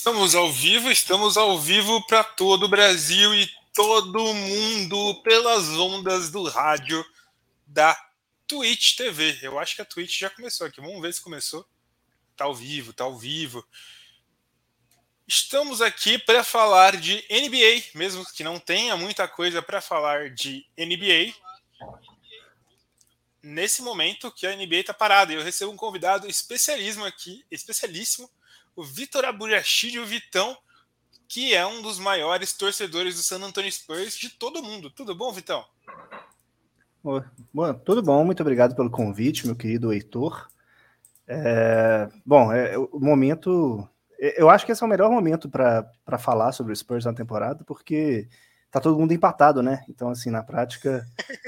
Estamos ao vivo para todo o Brasil e todo mundo pelas ondas do rádio da Twitch TV. Eu acho que a Twitch já começou aqui. Vamos ver se começou. Tá ao vivo, tá ao vivo. Estamos aqui para falar de NBA, mesmo que não tenha muita coisa para falar de NBA. Nesse momento que a NBA está parada, eu recebo um convidado especialíssimo, o Vitor Aburachid, o Vitão, que é um dos maiores torcedores do San Antonio Spurs de todo mundo. Tudo bom, Vitão? Bom, tudo bom, muito obrigado pelo convite, meu querido Heitor. O momento... Eu acho que esse é o melhor momento para falar sobre o Spurs na temporada, porque tá todo mundo empatado, né? Então, assim, na prática,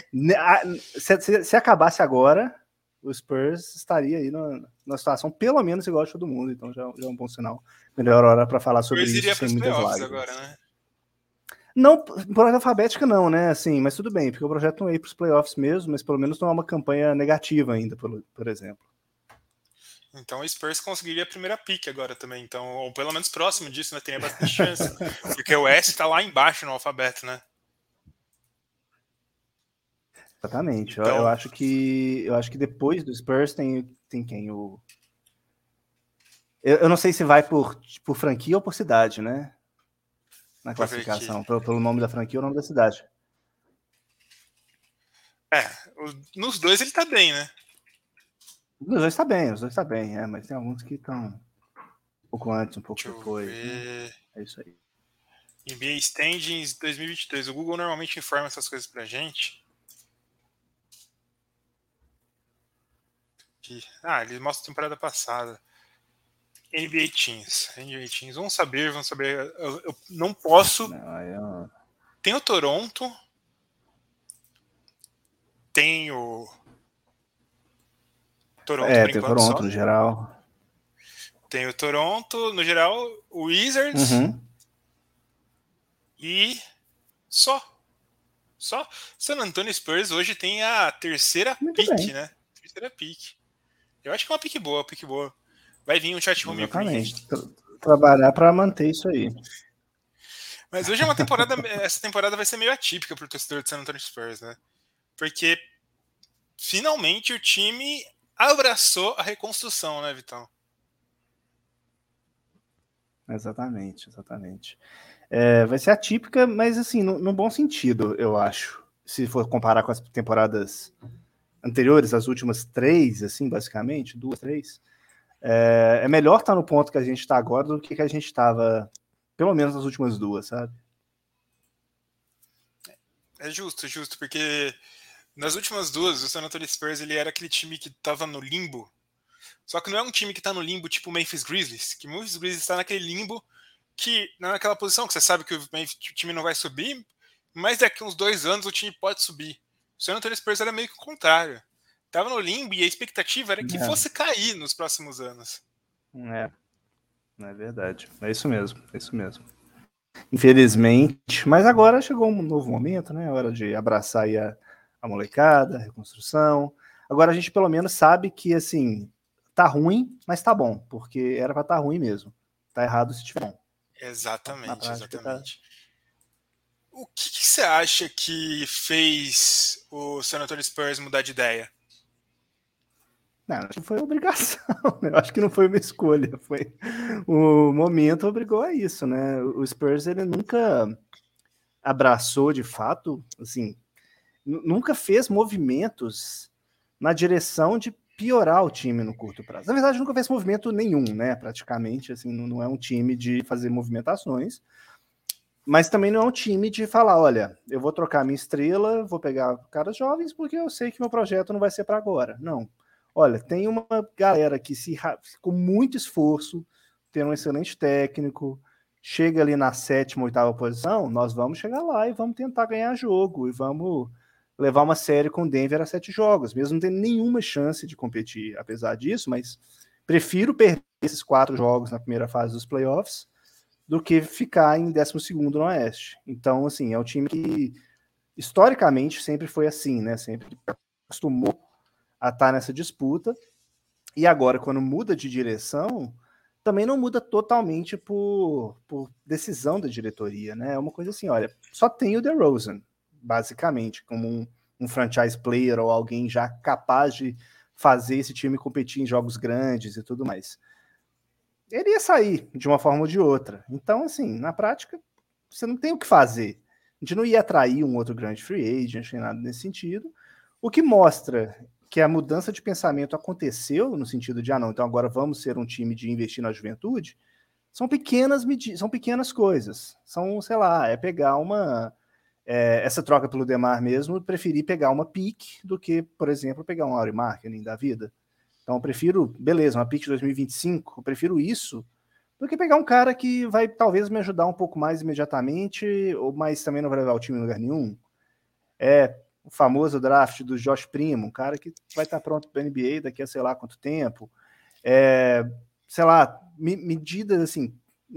se acabasse agora, o Spurs estaria aí numa situação pelo menos igual a todo mundo, então já é um bom sinal. Melhor hora para falar sobre isso sem muitas lágrimas. Agora, né? Não, por ordem alfabética não, né? Assim, mas tudo bem, porque o projeto não é ir para os playoffs mesmo, mas pelo menos não é uma campanha negativa ainda, por exemplo. Então o Spurs conseguiria a primeira pick agora também, então, ou pelo menos próximo disso, né? Teria bastante chance. Porque o West tá lá embaixo no alfabeto, né? Exatamente. Então... Eu acho que depois do Spurs tem quem? Eu não sei se vai por franquia ou por cidade, né? Na classificação, pelo nome da franquia ou nome da cidade. Nos dois ele tá bem, né? Os dois tá bem, mas tem alguns que estão um pouco antes, um pouco depois. Né? É isso aí. NBA Standings 2022. O Google normalmente informa essas coisas pra gente. Ele mostra a temporada passada. NBA Teams. Vamos saber. Eu não posso. Não, Tem o Toronto. Tem o Toronto, por tem enquanto, Toronto só. no geral. Tem o Toronto, no geral, o Wizards. E só. San Antonio Spurs hoje tem a terceira pick, né? Terceira pick. Eu acho que é uma pick boa. Vai vir um chat room green. Trabalhar para manter isso aí. Mas hoje é uma temporada. Essa temporada vai ser meio atípica para o torcedor de San Antonio Spurs, né? Porque finalmente o time abraçou a reconstrução, né, Vitão? Exatamente. Vai ser atípica, mas assim, no bom sentido, eu acho. Se for comparar com as temporadas anteriores, as últimas 3, assim, basicamente, 2, 3, é melhor estar no ponto que a gente está agora do que a gente estava, pelo menos nas últimas 2, sabe? É justo, porque nas últimas 2, o San Antonio Spurs ele era aquele time que estava no limbo. Só que não é um time que está no limbo tipo o Memphis Grizzlies, que o Memphis Grizzlies está naquele limbo que naquela posição que você sabe que o time não vai subir, mas daqui uns 2 anos o time pode subir. O San Antonio Spurs era meio que o contrário. Tava no limbo e a expectativa era que fosse cair nos próximos anos. É verdade. É isso mesmo. Infelizmente. Mas agora chegou um novo momento, né? É hora de abraçar aí a molecada, a reconstrução. Agora a gente pelo menos sabe que, assim, tá ruim, mas tá bom, porque era pra tá ruim mesmo. Tá errado se tiver bom. Exatamente. O que você acha que fez o San Antonio Spurs mudar de ideia? Não, acho que foi obrigação. Eu acho que não foi uma escolha. Foi o momento obrigou a isso, né? O Spurs ele nunca abraçou de fato, assim, nunca fez movimentos na direção de piorar o time no curto prazo. Na verdade, nunca fez movimento nenhum, né? Praticamente, assim, não é um time de fazer movimentações. Mas também não é um time de falar, olha, eu vou trocar minha estrela, vou pegar caras jovens porque eu sei que meu projeto não vai ser para agora. Não. Olha, tem uma galera que com muito esforço, tem um excelente técnico, chega ali na 7ª, 8ª posição, nós vamos chegar lá e vamos tentar ganhar jogo e vamos levar uma série com o Denver a 7 jogos, mesmo não tendo nenhuma chance de competir, apesar disso, mas prefiro perder esses 4 jogos na primeira fase dos playoffs do que ficar em 12º no Oeste. Então, assim, é um time que historicamente sempre foi assim, né? Sempre acostumou a estar nessa disputa. E agora, quando muda de direção, também não muda totalmente por decisão da diretoria, né? É uma coisa assim, olha, só tem o DeRozan, basicamente, como um franchise player ou alguém já capaz de fazer esse time competir em jogos grandes e tudo mais. Ele ia sair de uma forma ou de outra. Então, assim, na prática, você não tem o que fazer. A gente não ia atrair um outro grande free agent, nem nada nesse sentido. O que mostra que a mudança de pensamento aconteceu no sentido de, não, então agora vamos ser um time de investir na juventude, são pequenas coisas. São, sei lá, é pegar essa troca pelo Demar mesmo, preferir pegar uma pique do que, por exemplo, pegar um Lauri Markkanen da vida. Então eu prefiro, beleza, uma pique de 2025, eu prefiro isso do que pegar um cara que vai talvez me ajudar um pouco mais imediatamente, mas também não vai levar o time em lugar nenhum. É o famoso draft do Josh Primo, um cara que vai estar pronto para a NBA daqui a sei lá quanto tempo. Sei lá, medidas assim,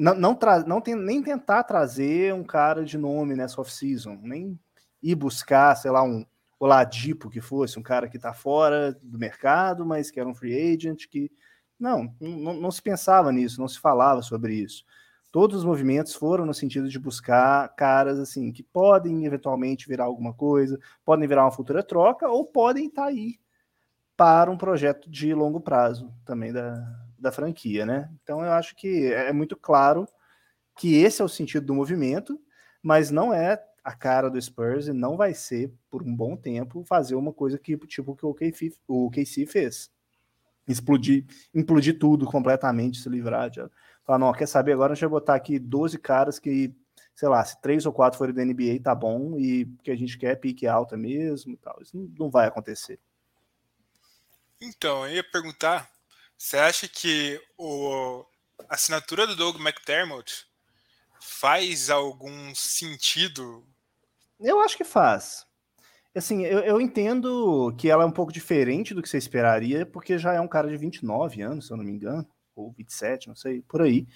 nem tentar trazer um cara de nome nessa off-season, nem ir buscar, sei lá, um Oladipo que fosse, um cara que está fora do mercado, mas que era um free agent, que não se pensava nisso, não se falava sobre isso. Todos os movimentos foram no sentido de buscar caras assim que podem eventualmente virar alguma coisa, podem virar uma futura troca ou podem estar aí para um projeto de longo prazo também da franquia, né? Então eu acho que é muito claro que esse é o sentido do movimento, mas não é a cara do Spurs e não vai ser, por um bom tempo, fazer uma coisa que tipo que o KC fez. Implodir tudo completamente, se livrar. Falar, não, quer saber, agora a gente vai botar aqui 12 caras que, sei lá, se 3 ou 4 forem da NBA, tá bom, e que a gente quer pique alta mesmo e tal. Isso não vai acontecer. Então, eu ia perguntar, você acha que a assinatura do Doug McDermott faz algum sentido? Eu acho que faz. Assim, eu entendo que ela é um pouco diferente do que você esperaria, porque já é um cara de 29 anos, se eu não me engano, ou 27, não sei, por aí.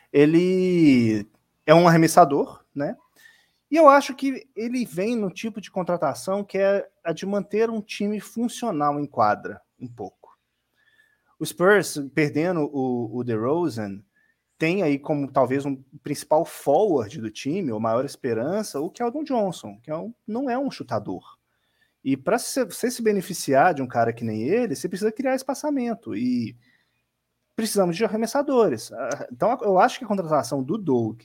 Ele é um arremessador, né? E eu acho que ele vem no tipo de contratação que é a de manter um time funcional em quadra, um pouco. O Spurs, perdendo o DeRozan, tem aí como talvez um principal forward do time, ou maior esperança, o Keldon Johnson, que não é um chutador. E para você se beneficiar de um cara que nem ele, você precisa criar espaçamento. E precisamos de arremessadores. Então eu acho que a contratação do Doug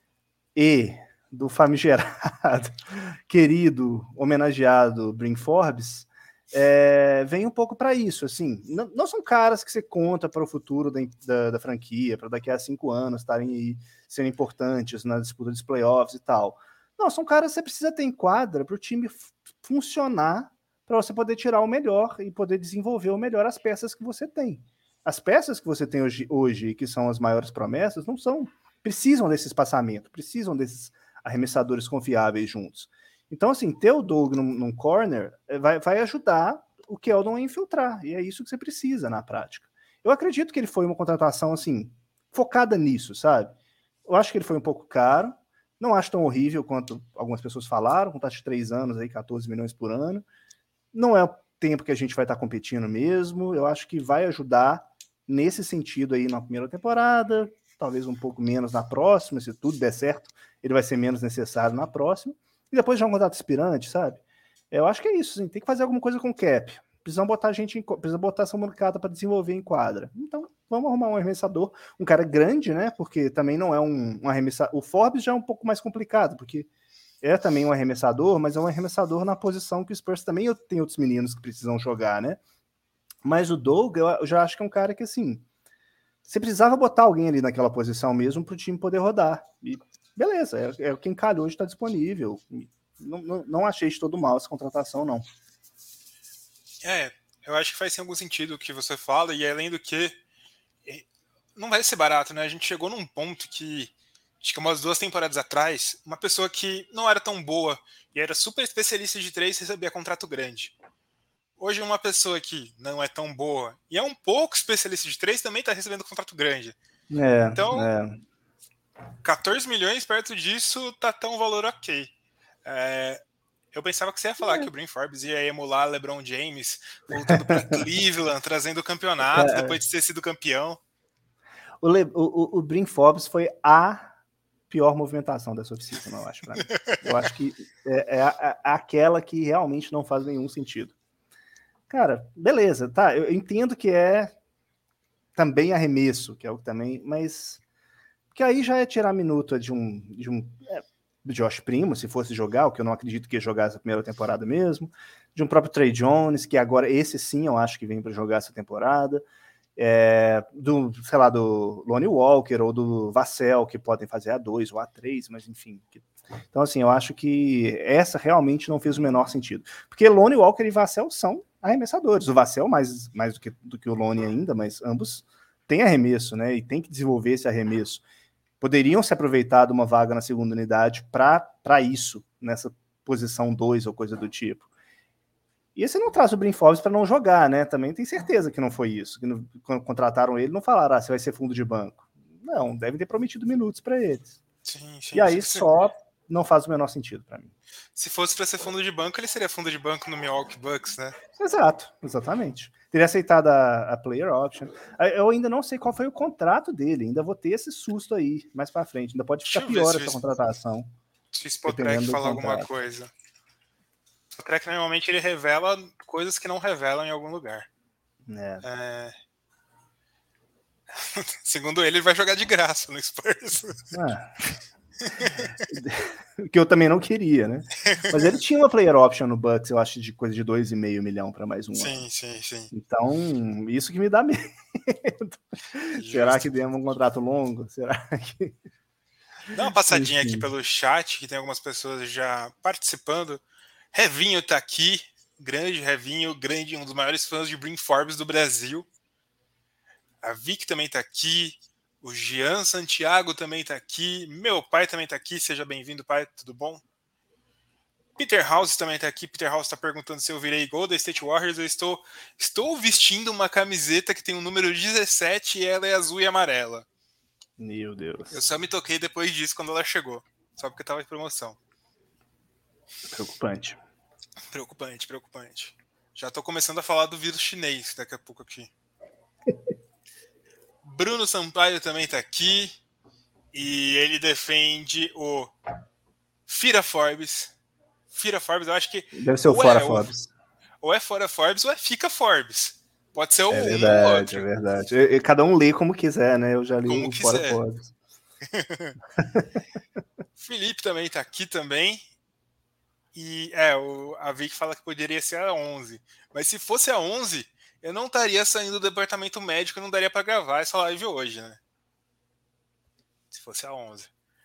e do famigerado, querido, homenageado Bryn Forbes vem um pouco para isso. Assim, não são caras que você conta para o futuro da franquia, para daqui a 5 anos estarem aí sendo importantes na disputa dos playoffs e tal. Não, são caras que você precisa ter em quadra para o time funcionar, para você poder tirar o melhor e poder desenvolver o melhor as peças que você tem. As peças que você tem hoje que são as maiores promessas, não são. Precisam desse espaçamento, precisam desses arremessadores confiáveis juntos. Então, assim, ter o Doug num corner vai ajudar o Keldon a infiltrar, e é isso que você precisa na prática. Eu acredito que ele foi uma contratação, assim, focada nisso, sabe? Eu acho que ele foi um pouco caro, não acho tão horrível quanto algumas pessoas falaram, com taxa de 3 anos, aí 14 milhões por ano. Não é o tempo que a gente vai estar competindo mesmo, eu acho que vai ajudar nesse sentido aí na primeira temporada, talvez um pouco menos na próxima, se tudo der certo, ele vai ser menos necessário na próxima, e depois já um contrato aspirante, sabe? Eu acho que é isso, assim, tem que fazer alguma coisa com o cap. Precisam botar precisa botar essa molecada para desenvolver em quadra. Então, vamos arrumar um arremessador, um cara grande, né? Porque também não é um arremessador. O Forbes já é um pouco mais complicado, porque é também um arremessador, mas é um arremessador na posição que o Spurs também tem outros meninos que precisam jogar, né? Mas o Doug, eu já acho que é um cara que, assim, você precisava botar alguém ali naquela posição mesmo para o time poder rodar. E beleza, é quem calhou hoje está disponível. Não achei de todo mal essa contratação, não. Eu acho que faz sim algum sentido o que você fala, e além do que, não vai ser barato, né? A gente chegou num ponto que, acho que umas 2 temporadas atrás, uma pessoa que não era tão boa e era super especialista de 3 recebia contrato grande. Hoje uma pessoa que não é tão boa e é um pouco especialista de 3 também está recebendo contrato grande. Então, 14 milhões perto disso tá tão valor ok. Eu pensava que você ia falar que o Bryn Forbes ia emular LeBron James, voltando para Cleveland, trazendo o campeonato depois de ter sido campeão. O Bryn Forbes foi a pior movimentação dessa oficina, eu acho, pra mim. Eu acho que é aquela que realmente não faz nenhum sentido. Cara, beleza, tá, eu entendo que é também arremesso, que é o que também, mas que aí já é tirar minuto de um Josh Primo, se fosse jogar, o que eu não acredito que ia jogar essa primeira temporada mesmo, de um próprio Trey Jones, que agora esse sim eu acho que vem para jogar essa temporada, do, sei lá, do Lonnie Walker ou do Vassell, que podem fazer A2 ou A3, mas enfim. Então, assim, eu acho que essa realmente não fez o menor sentido. Porque Lonnie Walker e Vassell são arremessadores. O Vassell mais do que o Lonnie ainda, mas ambos têm arremesso, né? E tem que desenvolver esse arremesso. Poderiam se aproveitar de uma vaga na segunda unidade para isso, nessa posição 2 ou coisa do tipo. E você não traz o Bryn Forbes para não jogar, né? Também tem certeza que não foi isso. Que quando contrataram ele, não falaram, você vai ser fundo de banco. Não, devem ter prometido minutos para eles. Sim, E aí só não faz o menor sentido para mim. Se fosse para ser fundo de banco, ele seria fundo de banco no Milwaukee Bucks, né? Exato, exatamente. Teria aceitado a player option. Eu ainda não sei qual foi o contrato dele, ainda vou ter esse susto aí mais para frente. Ainda pode ficar pior essa contratação. Se o Spotrac falar alguma coisa. O Spotrac normalmente ele revela coisas que não revelam em algum lugar. Segundo ele vai jogar de graça no Spurs. Que eu também não queria, né? Mas ele tinha uma player option no Bucks, eu acho, de coisa de 2,5 milhão para mais um ano. Sim. Então, isso que me dá medo. Será que demos um contrato longo? Será que... Dá uma passadinha aqui pelo chat, que tem algumas pessoas já participando. Revinho tá aqui, grande Revinho, um dos maiores fãs de Bryn Forbes do Brasil. A Vic também tá aqui. O Jean Santiago também tá aqui. Meu pai também tá aqui. Seja bem-vindo, pai. Tudo bom? Peter House também tá aqui. Peter House tá perguntando se eu virei Golden State Warriors. Eu estou vestindo uma camiseta que tem o número 17 e ela é azul e amarela. Meu Deus. Eu só me toquei depois disso quando ela chegou. Só porque tava em promoção. Preocupante. Preocupante. Já tô começando a falar do vírus chinês daqui a pouco aqui. Bruno Sampaio também tá aqui. E ele defende o Fira Forbes. Fira Forbes, eu acho que... Deve ser o Fora Forbes. Ou é Fora Forbes ou é Fica Forbes. Pode ser verdade, um ou outro. É verdade. E cada um lê como quiser, né? Eu já li como o Fora Forbes. Felipe também tá aqui também. E a Vic fala que poderia ser a 11. Mas se fosse a 11, eu não estaria saindo do departamento médico e não daria para gravar essa live hoje, né? Se fosse a 11.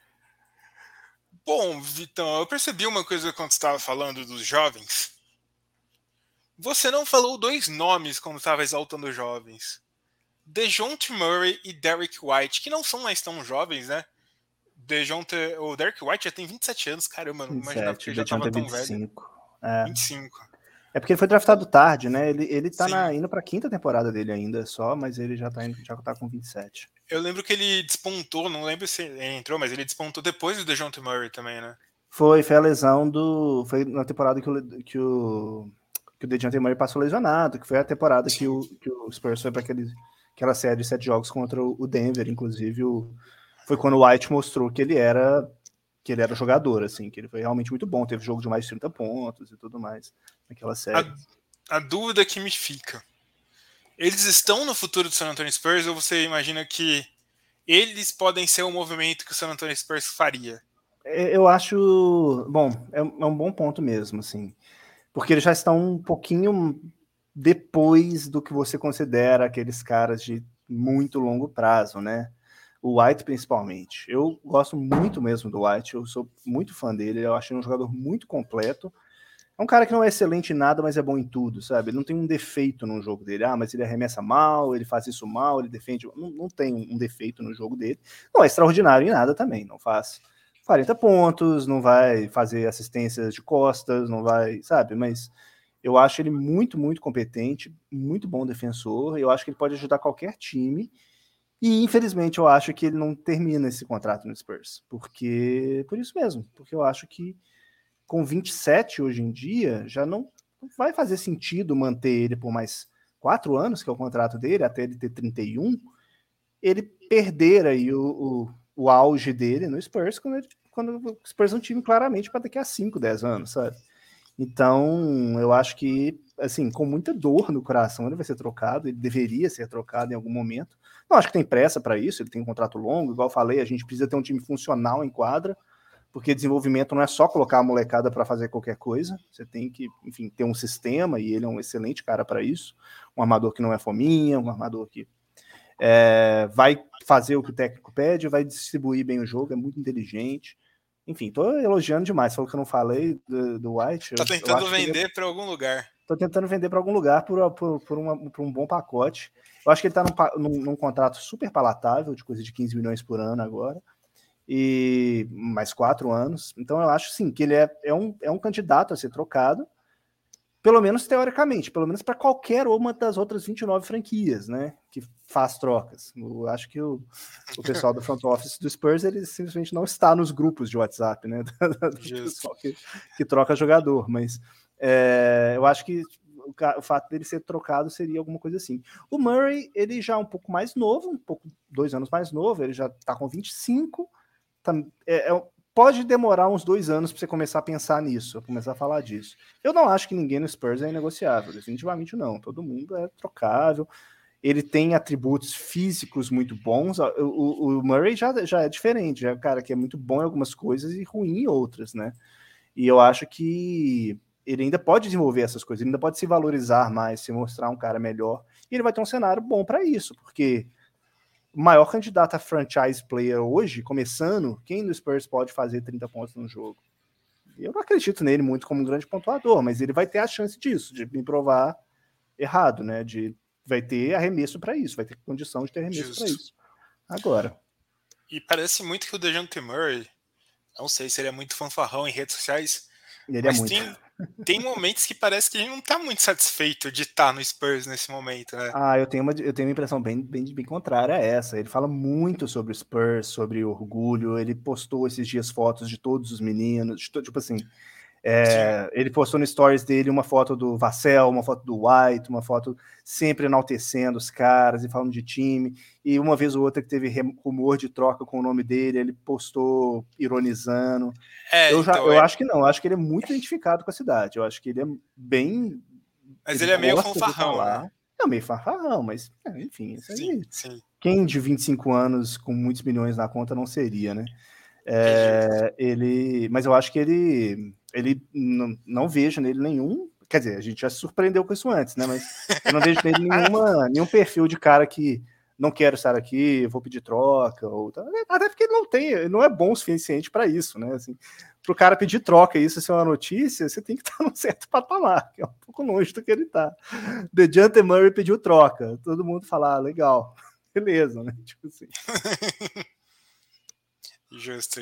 Bom, Vitão, eu percebi uma coisa quando você estava falando dos jovens. Você não falou dois nomes quando estava exaltando os jovens. DeJounte Murray e Derrick White, que não são mais tão jovens, né? O Derrick White já tem 27 anos, caramba, não imaginava que ele já estava tão 25. velho. 25. É porque ele foi draftado tarde, né? Ele tá indo pra quinta temporada dele ainda só, mas ele já tá com 27. Eu lembro que ele despontou, não lembro se ele entrou, mas ele despontou depois do DeJounte Murray também, né? Foi a lesão foi na temporada que o DeJounte Murray passou lesionado, que foi a temporada que o Spurs foi para aquela série de 7 jogos contra o Denver, inclusive foi quando o White mostrou que ele era jogador, assim, que ele foi realmente muito bom, teve jogo de mais de 30 pontos e tudo mais naquela série. A dúvida que me fica, eles estão no futuro do San Antonio Spurs ou você imagina que eles podem ser o movimento que o San Antonio Spurs faria? Eu acho, bom, é um bom ponto mesmo, assim, porque eles já estão um pouquinho depois do que você considera aqueles caras de muito longo prazo, né? O White, principalmente. Eu gosto muito mesmo do White, eu sou muito fã dele, eu acho ele um jogador muito completo. É um cara que não é excelente em nada, mas é bom em tudo, sabe? Ele não tem um defeito no jogo dele. Mas ele arremessa mal, ele faz isso mal, ele defende... Não tem um defeito no jogo dele. Não é extraordinário em nada também, não faz 40 pontos, não vai fazer assistências de costas, não vai, sabe? Mas eu acho ele muito, muito competente, muito bom defensor, eu acho que ele pode ajudar qualquer time, e infelizmente eu acho que ele não termina esse contrato no Spurs, por isso mesmo, porque eu acho que com 27 hoje em dia, já não vai fazer sentido manter ele por mais 4 anos, que é o contrato dele, até ele ter 31, ele perder aí o auge dele no Spurs quando o Spurs é um time claramente para daqui a 5, 10 anos, sabe? Então, eu acho que, assim, com muita dor no coração, ele vai ser trocado, ele deveria ser trocado em algum momento. Não acho que tem pressa para isso, ele tem um contrato longo, igual eu falei, a gente precisa ter um time funcional em quadra, porque desenvolvimento não é só colocar a molecada para fazer qualquer coisa, você tem que, enfim, ter um sistema, e ele é um excelente cara para isso, um armador que não é fominha, um armador que vai fazer o que o técnico pede, vai distribuir bem o jogo, é muito inteligente. Enfim, tô elogiando demais. Falou que eu não falei do White. Tá Eu tentando acho que vender para algum lugar. Tô tentando vender para algum lugar por um bom pacote. Eu acho que ele tá num contrato super palatável, de coisa de 15 milhões por ano agora, e mais 4 anos. Então eu acho sim que ele é um candidato a ser trocado, pelo menos teoricamente, pelo menos para qualquer uma das outras 29 franquias, né, que faz trocas. Eu acho que o pessoal do front office do Spurs, ele simplesmente não está nos grupos de WhatsApp, né, do pessoal que troca jogador, mas eu acho que o fato dele ser trocado seria alguma coisa assim. O Murray, ele já é um pouco mais novo, 2 anos mais novo, ele já está com 25, pode demorar uns 2 anos para você começar a pensar nisso, começar a falar disso. Eu não acho que ninguém no Spurs é inegociável, definitivamente não. Todo mundo é trocável. Ele tem atributos físicos muito bons. O Murray já é diferente, já é um cara que é muito bom em algumas coisas e ruim em outras, né? E eu acho que ele ainda pode desenvolver essas coisas, ele ainda pode se valorizar mais, se mostrar um cara melhor. E ele vai ter um cenário bom para isso, porque o maior candidato a franchise player hoje, começando, quem no Spurs pode fazer 30 pontos no jogo? Eu não acredito nele muito como um grande pontuador, mas ele vai ter a chance disso, de me provar errado, né? Vai ter arremesso para isso, vai ter condição de ter arremesso para isso. Agora. E parece muito que o DeJounte Murray, não sei se ele é muito fanfarrão em redes sociais, Ele mas é muito. tem momentos que parece que ele não tá muito satisfeito de estar no Spurs nesse momento, né? Eu tenho uma impressão bem contrária a essa. Ele fala muito sobre o Spurs, sobre orgulho. Ele postou esses dias fotos de todos os meninos, tipo assim. Ele postou no stories dele uma foto do Vassell, uma foto do White, uma foto sempre enaltecendo os caras e falando de time. E uma vez ou outra que teve rumor de troca com o nome dele, ele postou ironizando. Eu acho que não, eu acho que ele é muito identificado com a cidade. Eu acho que ele é bem. Mas Ele ele é meio gosta de fanfarrão, falar. né? É meio farfarrão, mas enfim, isso Sim, aí. sim. Quem de 25 anos com muitos milhões na conta não seria, né? Mas eu acho que ele não vejo nele nenhum. Quer dizer, a gente já se surpreendeu com isso antes, né? Mas eu não vejo nele nenhum perfil de cara que não quero estar aqui, vou pedir troca, até porque ele não é bom o suficiente para isso, né? Assim, para o cara pedir troca e isso ser uma notícia, você tem que estar num certo patamar, que é um pouco longe do que ele está. DeJounte Murray pediu troca, todo mundo fala, legal, beleza, né? Tipo assim. Justo.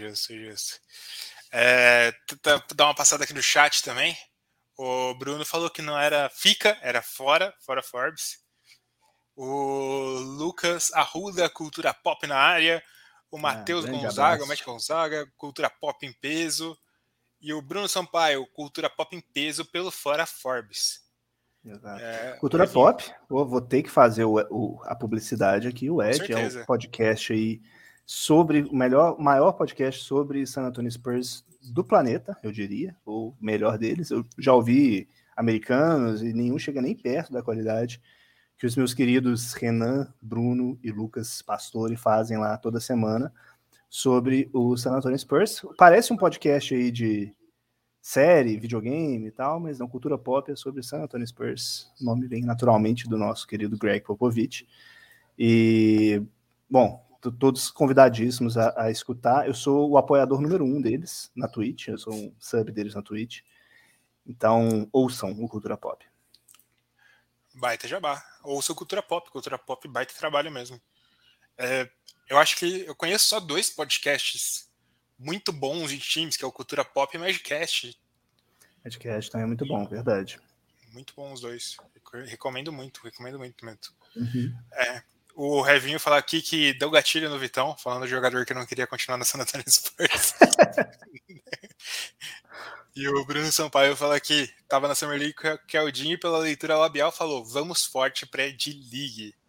Dar uma passada aqui no chat também. O Bruno falou que não era era fora Forbes. O Lucas Arruda, cultura pop na área. O Matheus Grande Gonzaga, o abraço. Matt Gonzaga, cultura pop em peso. E o Bruno Sampaio, cultura pop em peso pelo fora Forbes. Exato. Cultura pop, vou ter que fazer a publicidade aqui. O Ed é um podcast aí sobre o maior podcast sobre San Antonio Spurs do planeta, eu diria, o melhor deles. Eu já ouvi americanos e nenhum chega nem perto da qualidade que os meus queridos Renan, Bruno e Lucas Pastore fazem lá toda semana sobre o San Antonio Spurs. Parece um podcast aí de série, videogame e tal, mas não, cultura pop é sobre San Antonio Spurs. O nome vem naturalmente do nosso querido Greg Popovich. E, bom, todos convidadíssimos a escutar. Eu sou o apoiador número 1 deles na Twitch, eu sou um sub deles na Twitch. Então, ouçam o Cultura Pop. Baita jabá. Ouça o Cultura Pop, baita trabalho mesmo. Eu acho que eu conheço só 2 podcasts muito bons de times, que é o Cultura Pop e o Magicast. Magicast também é muito bom, verdade. Muito bom os 2. Recomendo muito mesmo. Uhum. O Revinho fala aqui que deu gatilho no Vitão, falando do jogador que não queria continuar na San Antonio Spurs. E o Bruno Sampaio fala que tava na Summer League com o Keldinho e pela leitura labial falou, vamos forte pré-D-League.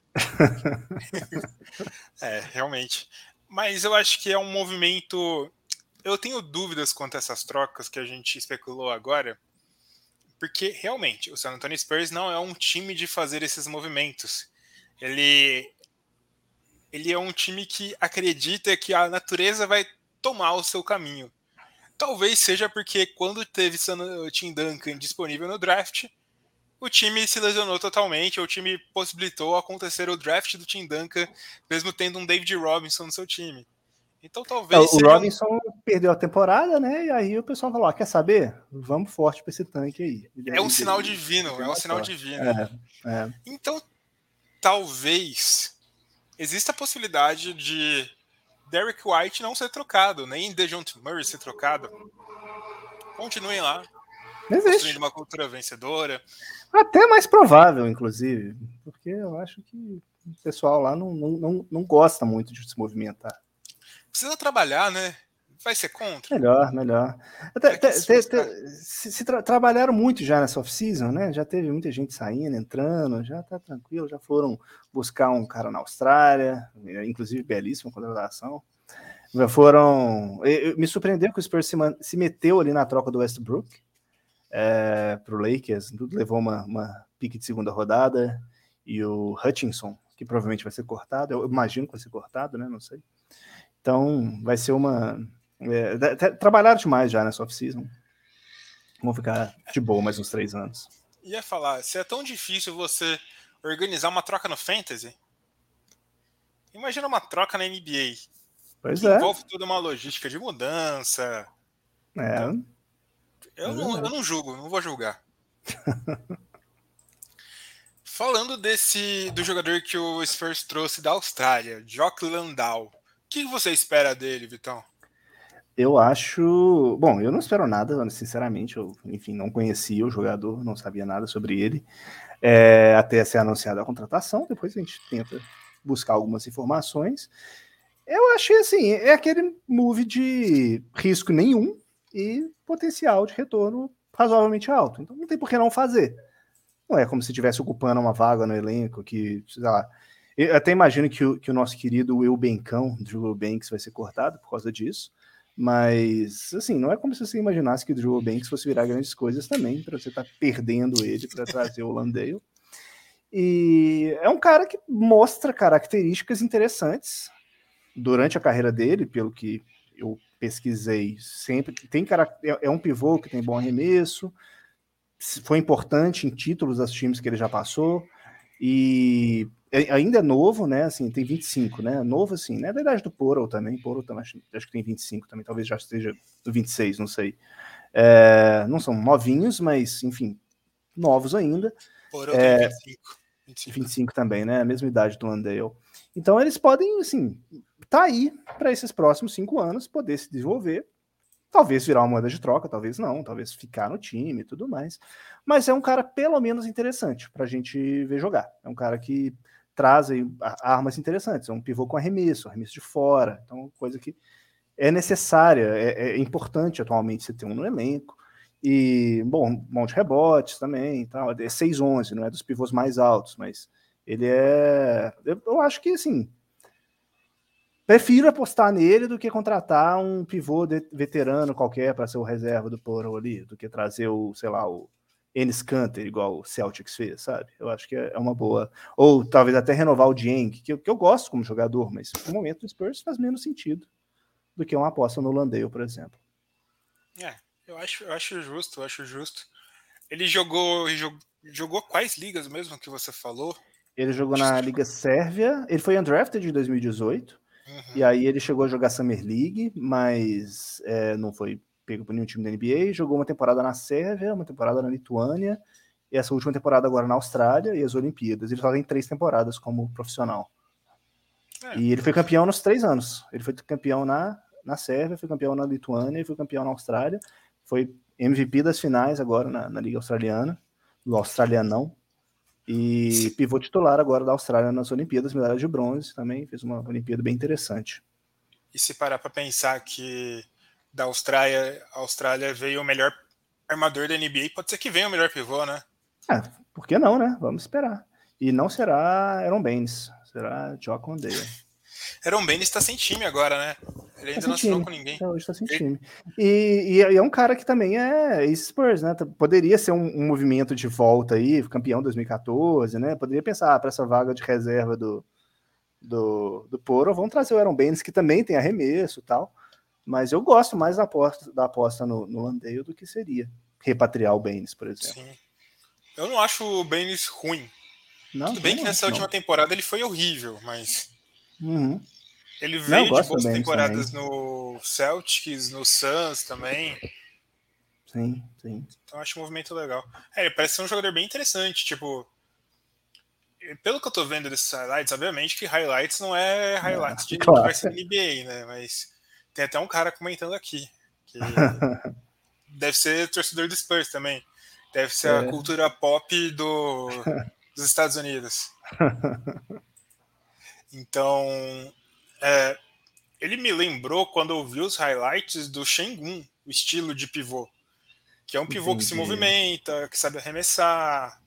Realmente. Mas eu acho que é um movimento. Eu tenho dúvidas quanto a essas trocas que a gente especulou agora, porque realmente o San Antonio Spurs não é um time de fazer esses movimentos. Ele, ele é um time que acredita que a natureza vai tomar o seu caminho. Talvez seja porque quando teve o Tim Duncan disponível no draft, o time se lesionou totalmente, o time possibilitou acontecer o draft do Tim Duncan, mesmo tendo um David Robinson no seu time. Então talvez O seja um. Robinson perdeu a temporada, né? E aí o pessoal falou: quer saber? Vamos forte para esse tanque aí. É um sinal E divino, veio é um mais sinal forte. divino. É. Então talvez exista a possibilidade de Derek White não ser trocado, nem DeJounte Murray ser trocado. Continuem lá, construindo Existe. uma cultura vencedora. Até mais provável, inclusive, porque eu acho que o pessoal lá não gosta muito de se movimentar. Precisa trabalhar, né? Vai ser contra? Melhor. Pra que se frustrar? Trabalharam muito já nessa off-season, né? Já teve muita gente saindo, entrando, já tá tranquilo, já foram buscar um cara na Austrália, inclusive belíssima contratação. Já foram. Me surpreendeu que o Spurs se meteu ali na troca do Westbrook para o Lakers, levou uma pique de segunda rodada, e o Hutchinson, que provavelmente vai ser cortado, eu imagino que vai ser cortado, né? Não sei. Então, vai ser uma. Trabalharam demais já nessa off-season. Vão ficar de boa mais uns 3 anos. Ia falar, se é tão difícil você organizar uma troca no Fantasy, imagina uma troca na NBA, Pois que é. envolve toda uma logística de mudança. Então, eu não julgo, não vou julgar. Falando do jogador que o Spurs trouxe da Austrália, Jock Landau, o que você espera dele, Vitão? Eu acho. Bom, eu não espero nada, sinceramente. Eu, enfim, não conhecia o jogador, não sabia nada sobre ele. Até ser anunciada a contratação, depois a gente tenta buscar algumas informações. Eu achei assim, é aquele move de risco nenhum e potencial de retorno razoavelmente alto. Então não tem por que não fazer. Não é como se estivesse ocupando uma vaga no elenco que, sei lá. Eu até imagino que o nosso querido Will Bencão, Drew Banks, vai ser cortado por causa disso. Mas, assim, não é como se você imaginasse que o Drew Banks fosse virar grandes coisas também, para você estar perdendo ele para trazer o Landale. E é um cara que mostra características interessantes durante a carreira dele, pelo que eu pesquisei, sempre tem é um pivô que tem bom arremesso, foi importante em títulos dos times que ele já passou, e ainda é novo, né? Assim, tem 25, né? Novo, assim, né? Da idade do Porro também. Porro também, acho que tem 25 também, talvez já esteja no 26, não sei. Não são novinhos, mas, enfim, novos ainda. Porão tem 25. 25 também, né? A mesma idade do Landale. Então eles podem, assim, tá aí para esses próximos 5 anos poder se desenvolver. Talvez virar uma moeda de troca, talvez não, talvez ficar no time e tudo mais. Mas é um cara pelo menos interessante para a gente ver jogar. É um cara que traz aí armas interessantes. É um pivô com arremesso de fora. Então, coisa que é necessária, é importante atualmente você ter um no elenco. E, bom, um monte de rebotes também, tal. É 6'11", não é dos pivôs mais altos, mas ele é. Eu acho que, assim, prefiro apostar nele do que contratar um pivô veterano qualquer para ser o reserva do Porro ali, do que trazer o, sei lá, o Enes Kanter, igual o Celtics fez, sabe? Eu acho que é uma boa. Ou talvez até renovar o Dieng, que eu gosto como jogador, mas no momento do Spurs faz menos sentido do que uma aposta no Landale, por exemplo. Eu acho justo, eu acho justo. Ele jogou quais ligas mesmo que você falou? Ele jogou na Liga Sérvia, ele foi undrafted em 2018, e aí ele chegou a jogar Summer League, mas não foi pego por nenhum time da NBA, jogou uma temporada na Sérvia, uma temporada na Lituânia, e essa última temporada agora na Austrália e as Olimpíadas. Ele só tem 3 temporadas como profissional. E ele foi campeão nos 3 anos. Ele foi campeão na Sérvia, foi campeão na Lituânia e foi campeão na Austrália. Foi MVP das finais agora na Liga Australiana, do Australianão. E pivô titular agora da Austrália nas Olimpíadas, medalha de bronze também, fez uma Olimpíada bem interessante. E se parar para pensar que da Austrália veio o melhor armador da NBA, pode ser que venha o melhor pivô, né? Por que não, né? Vamos esperar. E não será Aaron Baines, será Jock Landale. Aaron Baines está sem time agora, né? Ele ainda não assinou com ninguém. Hoje está sem time. E é um cara que também é Spurs, né? Poderia ser um movimento de volta aí, campeão 2014, né? Poderia pensar para essa vaga de reserva do Poro, vamos trazer o Aaron Baines, que também tem arremesso e tal. Mas eu gosto mais da aposta no Landale do que seria repatriar o Baines, por exemplo. Sim. Eu não acho o Baines ruim. Não, tudo bem que nessa última temporada ele foi horrível, mas ele veio de boas temporadas também. No Celtics, no Suns também. Sim, sim. Então eu acho um movimento legal. Ele parece ser um jogador bem interessante, tipo... Pelo que eu tô vendo desses highlights, obviamente que highlights não é highlights de claro. que vai ser NBA, né? Mas tem até um cara comentando aqui que deve ser torcedor do Spurs também. Deve ser a cultura pop dos Estados Unidos. Então, ele me lembrou quando eu vi os highlights do Şengün, o estilo de pivô. Que é um pivô que se movimenta, que sabe arremessar.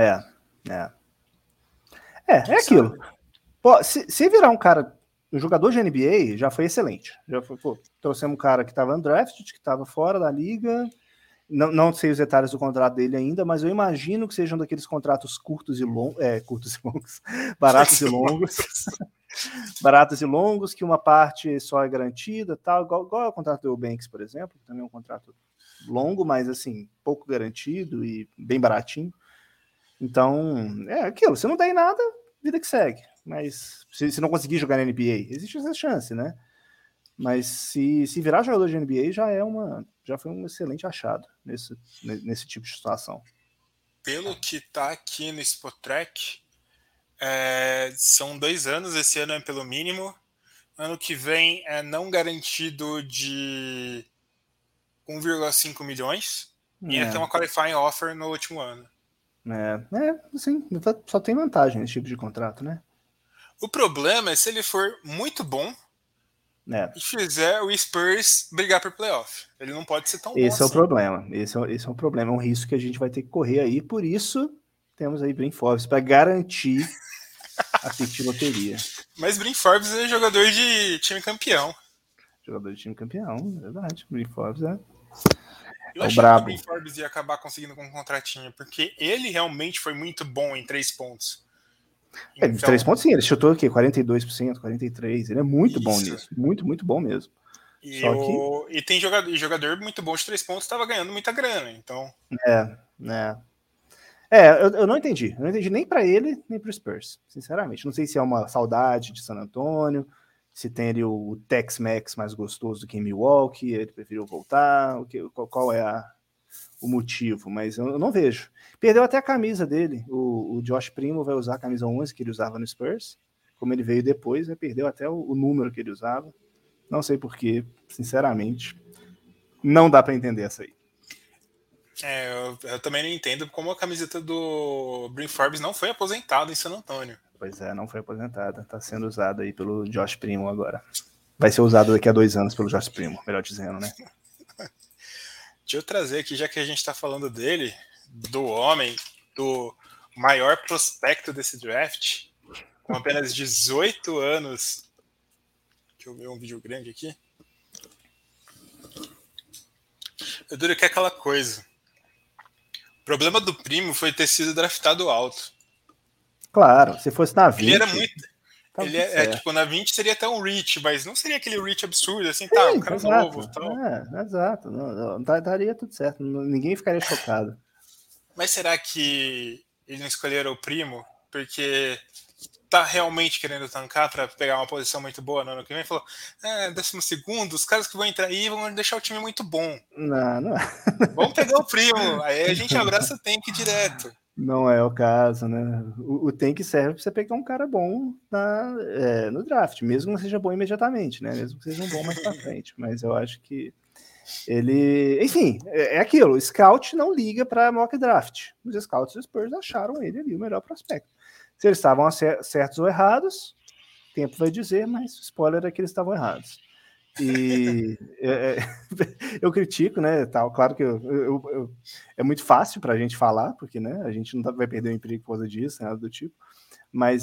É aquilo. Pô, se virar um jogador de NBA, já foi excelente. Já foi, trouxemos um cara que estava undrafted, que estava fora da liga. Não sei os detalhes do contrato dele ainda, mas eu imagino que sejam daqueles contratos curtos e longos, baratos e longos. Baratos e longos, que uma parte só é garantida, tal, igual é o contrato do Banks, por exemplo, que também é um contrato longo, mas assim, pouco garantido e bem baratinho. Então, é aquilo, se não der em nada, vida que segue. Mas se não conseguir jogar na NBA, existe essa chance, né? Mas se virar jogador de NBA, já foi um excelente achado nesse tipo de situação. Pelo que tá aqui no Spotrac, são 2 anos, esse ano é pelo mínimo. Ano que vem é não garantido de 1,5 milhões. E ainda tem uma qualifying offer no último ano. Sim, só tem vantagem nesse tipo de contrato, né? O problema é se ele for muito bom e fizer o Spurs brigar por playoff. Ele não pode ser tão bom assim. É o problema. Esse é um problema, é um risco que a gente vai ter que correr aí. Por isso, temos aí Bryn Forbes para garantir a pick de loteria. Mas Bryn Forbes é jogador de time campeão. Jogador de time campeão, é verdade. Bryn Forbes é... Eu achei que o Bryn Forbes ia acabar conseguindo com um contratinho, porque ele realmente foi muito bom em 3 pontos. Então, de 3 pontos, sim, ele chutou aqui 42%, 43%. Ele é muito bom nisso. Muito, muito bom mesmo. E tem jogador muito bom de 3 pontos, estava ganhando muita grana, então... Eu não entendi. Eu não entendi nem para ele, nem para o Spurs, sinceramente. Não sei se é uma saudade de San Antonio, se tem ali o Tex-Mex mais gostoso do que em Milwaukee, ele preferiu voltar, qual é o motivo, mas eu não vejo. Perdeu até a camisa dele. O Josh Primo vai usar a camisa 11 que ele usava no Spurs. Como ele veio depois, perdeu até o número que ele usava. Não sei porquê, sinceramente. Não dá para entender essa aí. Eu também não entendo como a camiseta do Bryn Forbes não foi aposentada em San Antonio. Pois é, não foi aposentada. Está sendo usada aí pelo Josh Primo agora. Vai ser usado daqui a 2 anos pelo Josh Primo, melhor dizendo, né? Deixa eu trazer aqui, já que a gente está falando dele, do homem, do maior prospecto desse draft, com apenas 18 anos. Deixa eu ver um vídeo grande aqui. Eu duro que é aquela coisa. O problema do Primo foi ter sido draftado alto. Claro, se fosse na 20... Ele era muito... tipo, na 20 seria até um reach, mas não seria aquele reach absurdo, assim, um cara novo e tal. Exato, não daria tudo certo, ninguém ficaria chocado. Mas será que eles não escolheram o Primo porque tá realmente querendo tancar para pegar uma posição muito boa no ano que vem? Falou, 12º, os caras que vão entrar aí vão deixar o time muito bom. Não. Vamos pegar o Primo, aí a gente abraça o tank direto. Não é o caso, né? O tank serve para você pegar um cara bom no draft, mesmo que não seja bom imediatamente, né? Mesmo que seja um bom mais para frente. Mas eu acho que ele... Enfim, é aquilo. O scout não liga para mock draft. Os scouts dos Spurs acharam ele ali o melhor prospecto. Se eles estavam certos ou errados, o tempo vai dizer, mas o spoiler é que eles estavam errados. E eu critico, né, tal. Claro que é muito fácil para a gente falar, porque, né, a gente não vai perder o emprego por causa disso, nada do tipo. Mas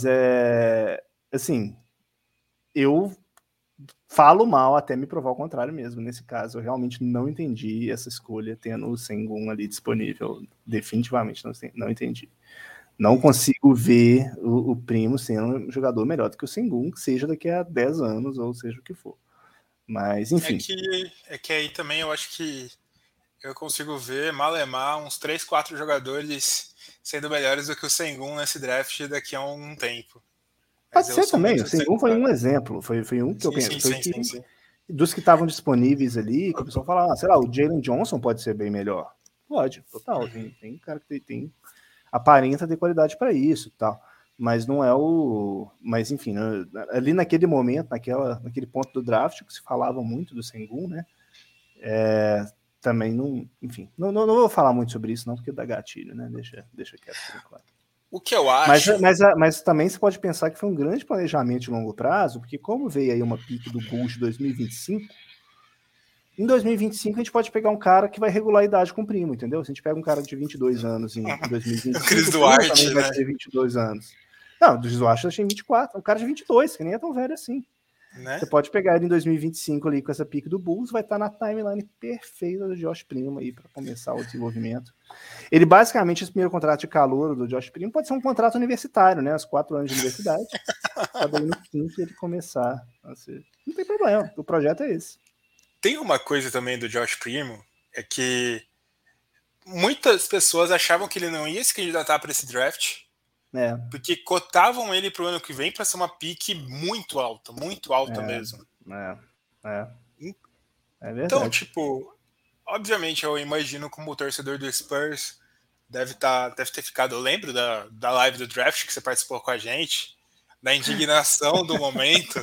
assim, eu falo mal até me provar o contrário mesmo. Nesse caso, eu realmente não entendi essa escolha tendo o Sengun ali disponível. Definitivamente não entendi. Não consigo ver o Primo sendo um jogador melhor do que o Sengun, seja daqui a 10 anos ou seja o que for. Mas, enfim. É que aí também eu acho que eu consigo ver, malemar, uns 3, 4 jogadores sendo melhores do que o Sengun nesse draft daqui a um tempo. Mas Pode eu ser sou também. O muito Sengun Sengun, foi um cara. exemplo. Foi um que eu Sim, pensei. sim, Foi o sim, que. sim, sim. Dos que estavam disponíveis ali, que o pessoal falava, sei lá, o Jalen Johnson pode ser bem melhor. Pode, total. Tem cara que tem aparenta ter qualidade para isso, tal. Mas não é o. Mas enfim, né, ali naquele momento, naquele ponto do draft, que se falava muito do Sengun, né? Também não. Enfim, não vou falar muito sobre isso, não, porque dá gatilho, né? Deixa quieto por enquanto. O que eu Mas, acho. mas também você pode pensar que foi um grande planejamento de longo prazo, porque como veio aí uma pique do Bulls de 2025, em 2025 a gente pode pegar um cara que vai regular a idade com o primo, entendeu? Se a gente pega um cara de 22 anos em O Chris 2025, o primo também Duarte, vai né? ter 22 anos. Não, do Joshua eu achei 24, um cara de 22, que nem é tão velho assim. Né? Você pode pegar ele em 2025 ali com essa pique do Bulls, vai estar na timeline perfeita do Josh Primo aí para começar o desenvolvimento. Ele basicamente, esse primeiro contrato de calor do Josh Primo pode ser um contrato universitário, né? Os 4 anos de universidade, para daí no quinto ele começar a ser. Não tem problema, o projeto é esse. Tem uma coisa também do Josh Primo, é que muitas pessoas achavam que ele não ia se candidatar para esse draft, É, porque cotavam ele para o ano que vem para ser uma pique muito alta é, mesmo. é, é, é Então, verdade. tipo, obviamente eu imagino como o torcedor do Spurs deve ter ficado. Eu lembro da live do draft que você participou com a gente, da indignação do momento.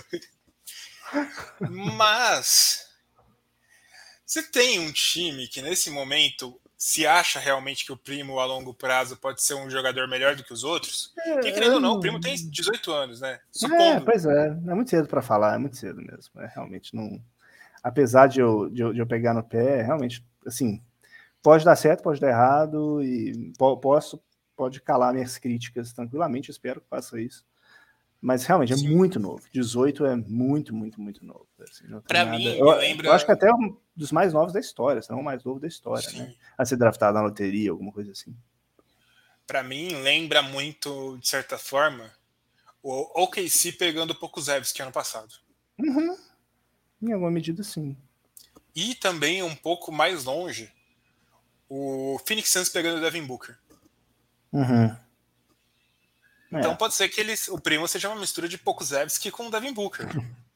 Mas você tem um time que nesse momento se acha realmente que o Primo a longo prazo pode ser um jogador melhor do que os outros? Que querendo ou não, o Primo tem 18 anos, né? Supondo. Pois é, é muito cedo para falar, é muito cedo mesmo. É realmente não. Apesar de eu pegar no pé, realmente, assim, pode dar certo, pode dar errado, e pode calar minhas críticas tranquilamente, espero que faça isso. Mas realmente é Sim. muito novo. 18 é muito, muito, muito novo. Assim, não tem Pra nada. mim, me Eu acho que lembra. até é um dos mais novos da história, se não o mais novo da história, né? Sim. A ser draftado na loteria, alguma coisa assim. Pra mim, lembra muito, de certa forma, o OKC pegando o Pokusevski ano passado. Uhum. Em alguma medida, sim. E também um pouco mais longe, o Phoenix Suns pegando o Devin Booker. Uhum. Então É. pode ser que o Primo seja uma mistura de Pokusevski com o Devin Booker.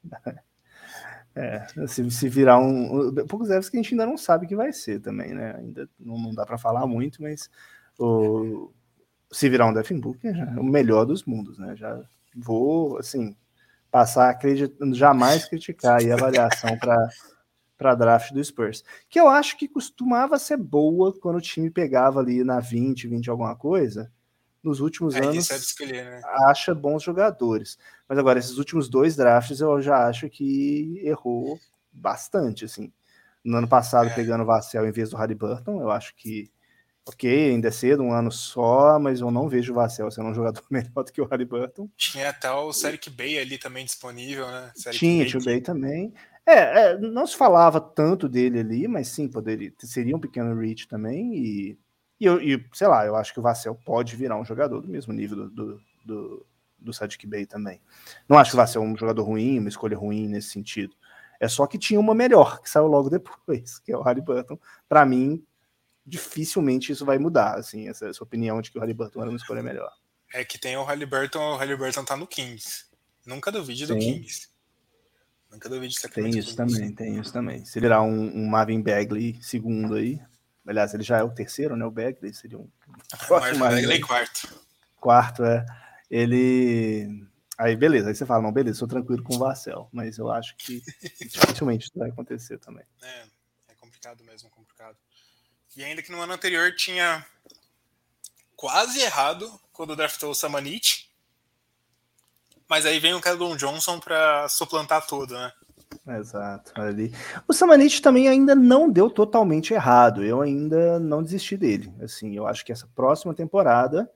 Se virar poucos erros que a gente ainda não sabe que vai ser também, né? Ainda não dá para falar muito, mas se virar um Devin Booker já é o melhor dos mundos, né? Já vou, assim, passar acreditando, jamais criticar aí a avaliação para draft do Spurs, que eu acho que costumava ser boa quando o time pegava ali na 20 alguma coisa. Nos últimos Aí ele sabe anos escolher, né? acha bons jogadores. Mas agora, esses últimos 2 drafts eu já acho que errou bastante, assim. No ano passado, É. pegando o Vassell em vez do Haliburton, eu acho que, ok, ainda é cedo, um ano só, mas eu não vejo o Vassell sendo um jogador melhor do que o Haliburton. Tinha até o Seric Bay ali também disponível, né? Seric Tinha, Bay tinha o que Bay também. Não se falava tanto dele ali, mas sim, seria um pequeno reach também. Sei lá, eu acho que o Vassell pode virar um jogador do mesmo nível do Sadiq Bey também. Não acho que o sim. Vassell é um jogador ruim, uma escolha ruim nesse sentido. É só que tinha uma melhor, que saiu logo depois, que é o Haliburton. Para mim, dificilmente isso vai mudar, assim, essa opinião de que o Haliburton era uma escolha melhor. É que tem o Halliburton tá no Kings. Nunca duvide do Sim. Kings. Nunca duvide do Sacramento Kings. Tem isso também. Se virar um Marvin Bagley segundo aí, aliás, ele já é o terceiro, né? O Bagley seria um próximo Marvin Marvin Bagley Bagley. quarto. Quarto, ele. Aí, beleza, aí você fala, não, beleza, sou tranquilo com o Vassell, mas eu acho que dificilmente isso vai acontecer também. É complicado mesmo, complicado. E ainda que no ano anterior tinha quase errado quando draftou o Samanit, mas aí vem o Keldon Johnson pra suplantar tudo, né? Exato. Ali. O Samanit também ainda não deu totalmente errado. Eu ainda não desisti dele. Assim, eu acho que essa próxima temporada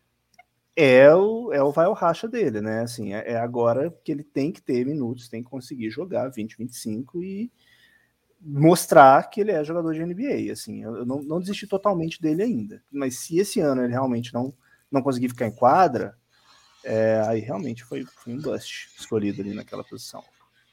é o vai ao racha dele, né? Assim, é agora que ele tem que ter minutos, tem que conseguir jogar 20, 25 e mostrar que ele é jogador de NBA. Assim, eu não desisti totalmente dele ainda. Mas se esse ano ele realmente não conseguir ficar em quadra, aí realmente foi um bust escolhido ali naquela posição.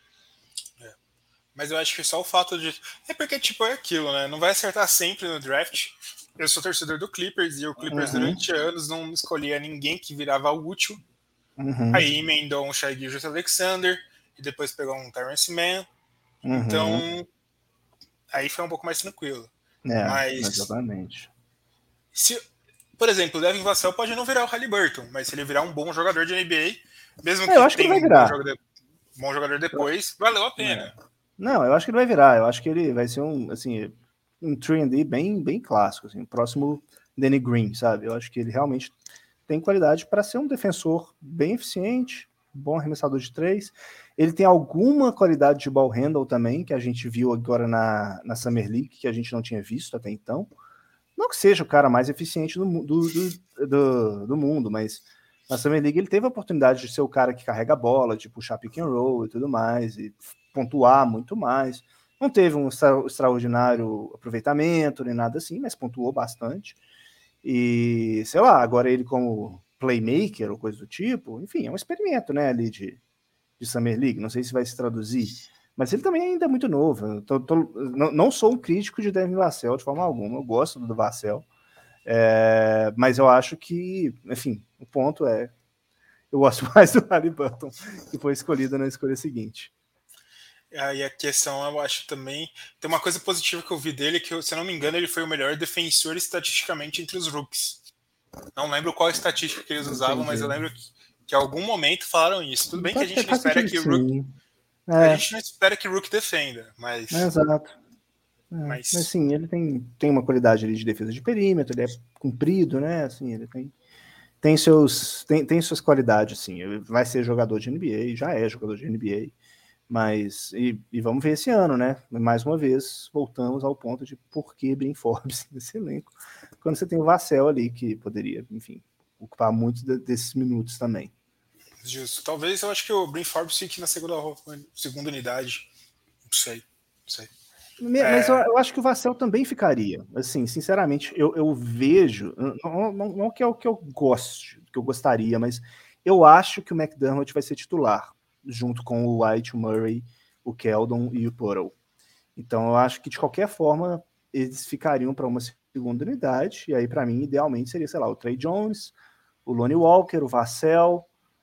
Mas eu acho que só o fato de. É porque, tipo, é aquilo, né? Não vai acertar sempre no draft. Eu sou torcedor do Clippers e o Clippers durante anos não escolhia ninguém que virava útil. Aí emendou um Shai Gilgeous-Alexander e depois pegou um Terrence Mann. Então, aí foi um pouco mais tranquilo. Mas, exatamente. se, por exemplo, o Devin Vassell pode não virar o Halliburton, mas se ele virar um bom jogador de NBA, mesmo Eu que acho que ele tenha vai um virar. bom jogador depois, valeu a pena. Não, eu acho que ele vai virar. Eu acho que ele vai ser um 3D bem clássico, assim, próximo Danny Green, sabe? Eu acho que ele realmente tem qualidade para ser um defensor bem eficiente, bom arremessador de 3. Ele tem alguma qualidade de ball handle também, que a gente viu agora na Summer League, que a gente não tinha visto até então. Não que seja o cara mais eficiente do mundo, mas na Summer League ele teve a oportunidade de ser o cara que carrega a bola, de puxar pick and roll e tudo mais, e pontuar muito mais. Não teve um extraordinário aproveitamento nem nada assim, mas pontuou bastante. E, sei lá, agora ele como playmaker ou coisa do tipo, enfim, é um experimento, né, ali de Summer League. Não sei se vai se traduzir, mas ele também ainda é muito novo. Não sou um crítico de Devin Vassell de forma alguma, eu gosto do Vassell, mas eu acho que, enfim, o ponto é, eu gosto mais do Halliburton, que foi escolhido na escolha seguinte. Aí a questão, eu acho também. Tem uma coisa positiva que eu vi dele, que, se eu não me engano, ele foi o melhor defensor estatisticamente entre os rookies. Não lembro qual estatística que eles usavam, mas eu lembro que em algum momento falaram isso. Tudo bem que a gente não espera que Rookie. a gente não espera que o Rook defenda, mas. Exato. Mas sim, ele tem uma qualidade ali de defesa de perímetro, ele é comprido, né? Assim, ele tem suas qualidades, assim. Ele vai ser jogador de NBA, já é jogador de NBA. Mas, e vamos ver esse ano, né? Mais uma vez, voltamos ao ponto de por que Bryn Forbes nesse elenco, quando você tem o Vassell ali, que poderia, enfim, ocupar muitos desses minutos também. Justo. Talvez eu acho que o Bryn Forbes fique na segunda unidade. Não sei. Mas eu acho que o Vassell também ficaria. Assim, sinceramente, eu vejo, não que é o que eu gosto, que eu gostaria, mas eu acho que o McDermott vai ser titular, junto com o White, o Murray, o Keldon e o Portal. Então, eu acho que, de qualquer forma, eles ficariam para uma segunda unidade, e aí, para mim, idealmente, seria, sei lá, o Trey Jones, o Lonnie Walker, o Vassell.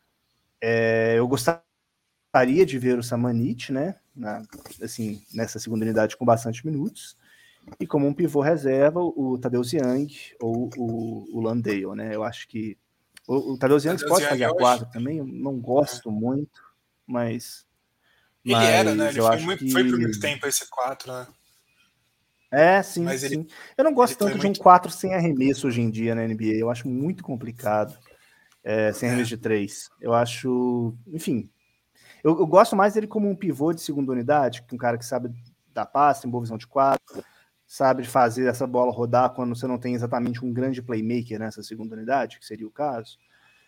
Eu gostaria de ver o Samanit, né, nessa segunda unidade com bastante minutos, e como um pivô reserva, o Tadeusz Young ou o Landale, né? Eu acho que o Tadeusz Young pode fazer a quadra também, eu não gosto muito, mas Ele era, né? Ele eu acho foi que por muito tempo esse 4, né? sim, Mas sim. Eu não ele gosto foi tanto de um muito. 4 sem arremesso hoje em dia na NBA. Eu acho muito complicado, sem arremesso de 3. Eu acho, enfim. Eu gosto mais dele como um pivô de segunda unidade, que um cara que sabe dar passe, tem boa visão de quadro, sabe fazer essa bola rodar quando você não tem exatamente um grande playmaker nessa segunda unidade, que seria o caso.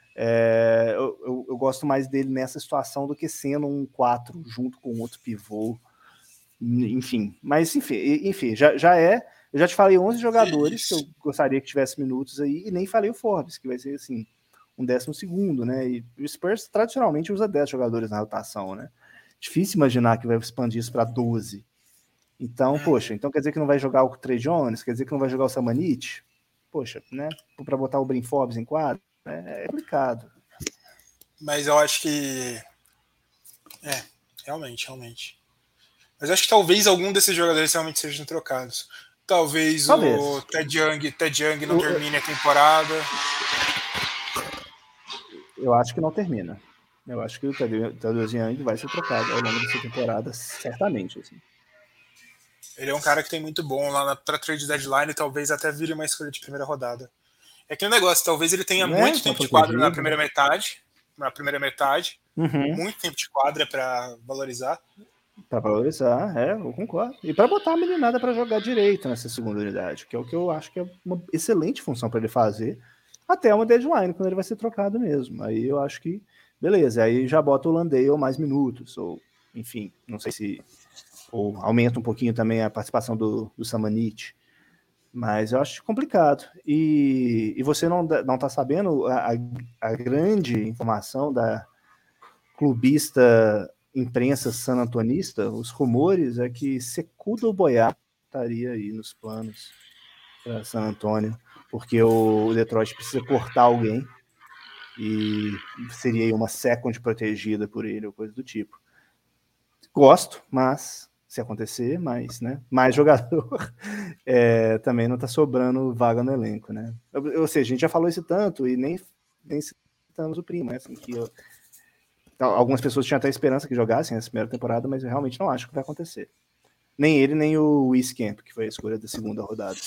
Eu gosto mais dele nessa situação do que sendo um 4 junto com outro pivô. Enfim, mas enfim, já é. Eu já te falei 11 jogadores que eu gostaria que tivesse minutos aí, e nem falei o Forbes, que vai ser assim, um 12º, né? E o Spurs tradicionalmente usa 10 jogadores na rotação, né? Difícil imaginar que vai expandir isso para 12. Então, poxa, então quer dizer que não vai jogar o Trey Jones? Quer dizer que não vai jogar o Samanit? Poxa, né? Para botar o Bryn Forbes em quadro? É complicado. Mas eu acho que. Realmente. Mas acho que talvez algum desses jogadores realmente sejam trocados. Talvez o Ted Young não termine a temporada. Eu acho que não termina. Eu acho que o Tadeusz Young vai ser trocado ao longo dessa temporada, certamente. Assim. Ele é um cara que tem muito bom lá pra trade deadline, talvez até vire uma escolha de primeira rodada. É aquele negócio, talvez ele tenha muito tempo de quadro na primeira metade, muito tempo de quadra para valorizar, Para valorizar, eu concordo. E para botar a meninada para jogar direito nessa segunda unidade, que é o que eu acho que é uma excelente função para ele fazer, até uma deadline, quando ele vai ser trocado mesmo. Aí eu acho que, beleza, aí já bota o Landale mais minutos, ou enfim, não sei se. Ou aumenta um pouquinho também a participação do Samanit. Mas eu acho complicado. E você não tá sabendo a grande informação da clubista imprensa sanantonista? Os rumores é que Sekudo Boiá estaria aí nos planos para San Antônio, porque o Detroit precisa cortar alguém e seria aí uma second protegida por ele ou coisa do tipo. Gosto, mas se acontecer, mais jogador, também não está sobrando vaga no elenco, né? Ou seja, a gente já falou isso tanto e nem citamos o Primo, assim, que algumas pessoas tinham até esperança que jogassem essa primeira temporada, mas eu realmente não acho que vai acontecer. Nem ele, nem o Wieskamp, que foi a escolha da segunda rodada.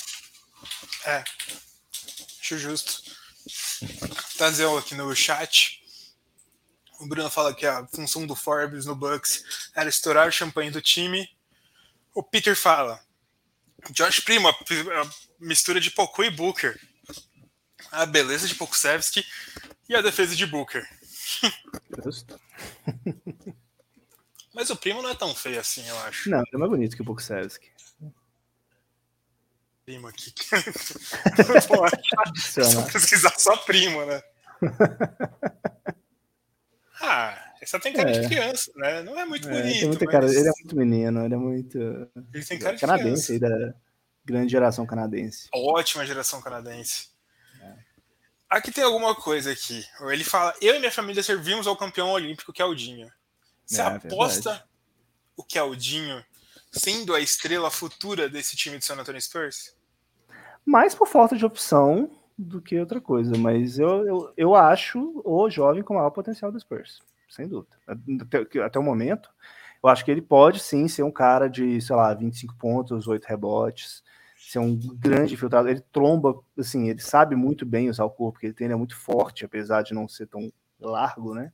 Acho justo. Tá dizendo aqui no chat, o Bruno fala que a função do Forbes no Bucks era estourar o champanhe do time. O Peter fala, Josh Primo, a mistura de Poku e Booker. A beleza de Pokusevski e a defesa de Booker. Justo. Mas o Primo não é tão feio assim, eu acho. Não, é mais bonito que o Pokusevski. Primo aqui. Pô, só pesquisar só Primo, né? Essa tem cara de criança, né? Não é muito bonito. Tem muita mas... cara, ele é muito menino, ele é muito. Ele tem cara de canadense, criança. aí da grande geração canadense. Ótima geração canadense. Aqui tem alguma coisa aqui. Ele fala: eu e minha família servimos ao campeão olímpico, que é o Dinho. Você aposta verdade. o que é o Dinho sendo a estrela futura desse time de San Antonio Spurs? Mais por falta de opção do que outra coisa, mas eu acho o jovem com maior potencial do Spurs, sem dúvida. Até o momento, eu acho que ele pode sim ser um cara de, sei lá, 25 pontos, 8 rebotes, ser um grande infiltrado. Ele tromba, assim, ele sabe muito bem usar o corpo que ele tem, ele é muito forte, apesar de não ser tão largo, né?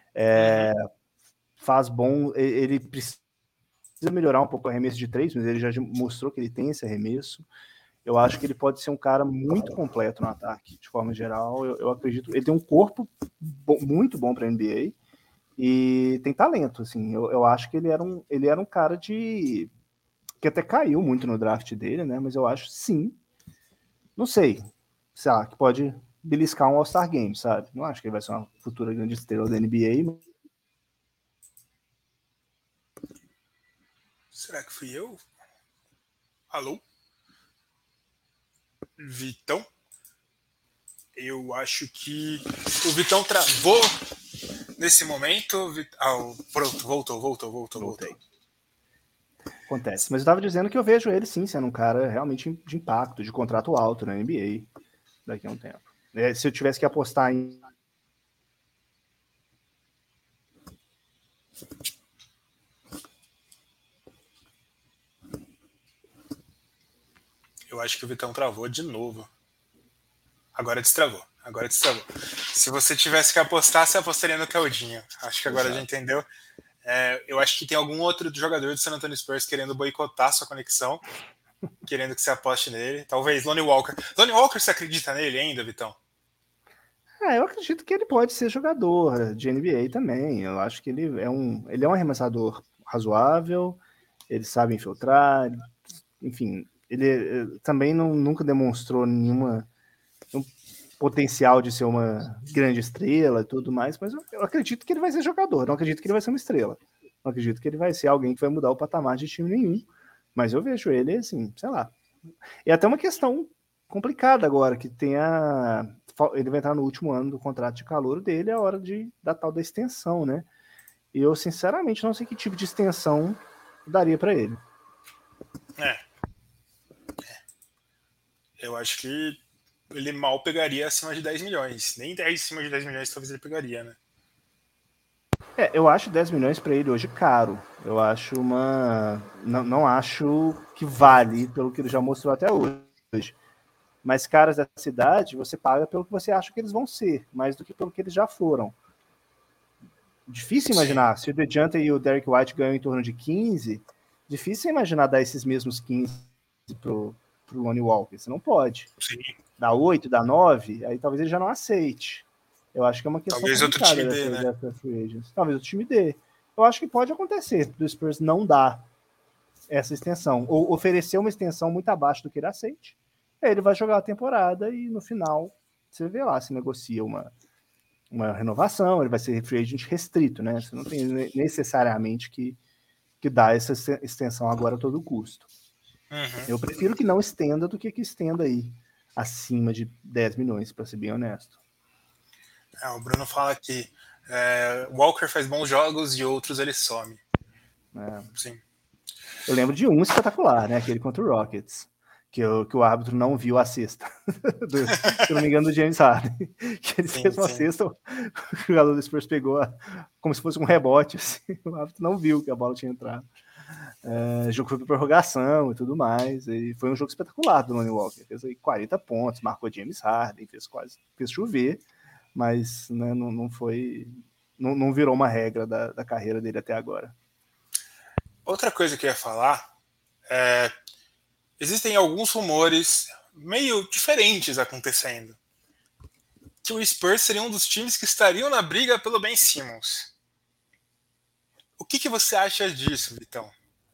Faz bom, ele precisa melhorar um pouco o arremesso de 3, mas ele já mostrou que ele tem esse arremesso. Eu acho que ele pode ser um cara muito completo no ataque, de forma geral. Eu acredito. Ele tem um corpo muito bom para a NBA e tem talento. Assim, eu acho que ele era um cara que até caiu muito no draft dele, né? Mas eu acho sim. Não sei que pode beliscar um All-Star Game, sabe? Não acho que ele vai ser uma futura grande estrela da NBA. Será que fui eu? Alô? Vitão? Eu acho que o Vitão travou nesse momento. Pronto, voltou. Acontece. Mas eu estava dizendo que eu vejo ele sim sendo um cara realmente de impacto, de contrato alto na NBA daqui a um tempo. Se eu tivesse que apostar em. Eu acho que o Vitão travou de novo. Agora destravou. Se você tivesse que apostar, você apostaria no Caldinho. Acho que agora já entendeu. Eu acho que tem algum outro jogador do San Antonio Spurs querendo boicotar sua conexão, querendo que você aposte nele. Talvez Lonnie Walker. Lonnie Walker, você acredita nele ainda, Vitão? Eu acredito que ele pode ser jogador de NBA também. Eu acho que ele é um arremessador razoável, ele sabe infiltrar, enfim, ele também nunca demonstrou nenhum potencial de ser uma grande estrela e tudo mais, mas eu acredito que ele vai ser jogador, não acredito que ele vai ser uma estrela. Não acredito que ele vai ser alguém que vai mudar o patamar de time nenhum, mas eu vejo ele assim, sei lá. E até uma questão complicada agora, que ele vai entrar no último ano do contrato de calor dele, é a hora da tal da extensão, né? E eu, sinceramente, não sei que tipo de extensão daria para ele. Eu acho que ele mal pegaria acima de 10 milhões. Nem 10 acima de 10 milhões talvez ele pegaria, né? Eu acho 10 milhões para ele hoje caro. Eu acho não acho que vale pelo que ele já mostrou até hoje. Mas caras da cidade, você paga pelo que você acha que eles vão ser, mais do que pelo que eles já foram. Difícil imaginar. Se o DeJounte e o Derek White ganham em torno de 15, difícil imaginar dar esses mesmos 15 pro Lonnie Walker. Você não pode. Sim. Dá 8, dá 9, aí talvez ele já não aceite. Eu acho que é uma questão Talvez outro time dê, né? dessa free agents. Talvez outro time dê. Eu acho que pode acontecer do Spurs não dar essa extensão, ou oferecer uma extensão muito abaixo do que ele aceite. Aí ele vai jogar a temporada e no final você vê lá se negocia uma renovação, ele vai ser free agent restrito, né? Você não tem necessariamente que dar essa extensão agora a todo custo. Uhum. Eu prefiro que não estenda do que estenda aí acima de 10 milhões, para ser bem honesto. O Bruno fala que Walker faz bons jogos e outros ele some. Sim. Eu lembro de um espetacular, né? Aquele contra o Rockets, que o árbitro não viu a cesta, se não me engano, do James Harden. Que ele fez uma cesta, o jogador do Spurs pegou como se fosse um rebote, assim, o árbitro não viu que a bola tinha entrado. O jogo foi para prorrogação e tudo mais, e foi um jogo espetacular do Lonnie Walker. Fez aí 40 pontos, marcou James Harden, fez chover, mas né, não foi, não virou uma regra da carreira dele até agora. Outra coisa que eu ia falar existem alguns rumores meio diferentes acontecendo. Que o Spurs seria um dos times que estariam na briga pelo Ben Simmons. O que você acha disso, Vitão?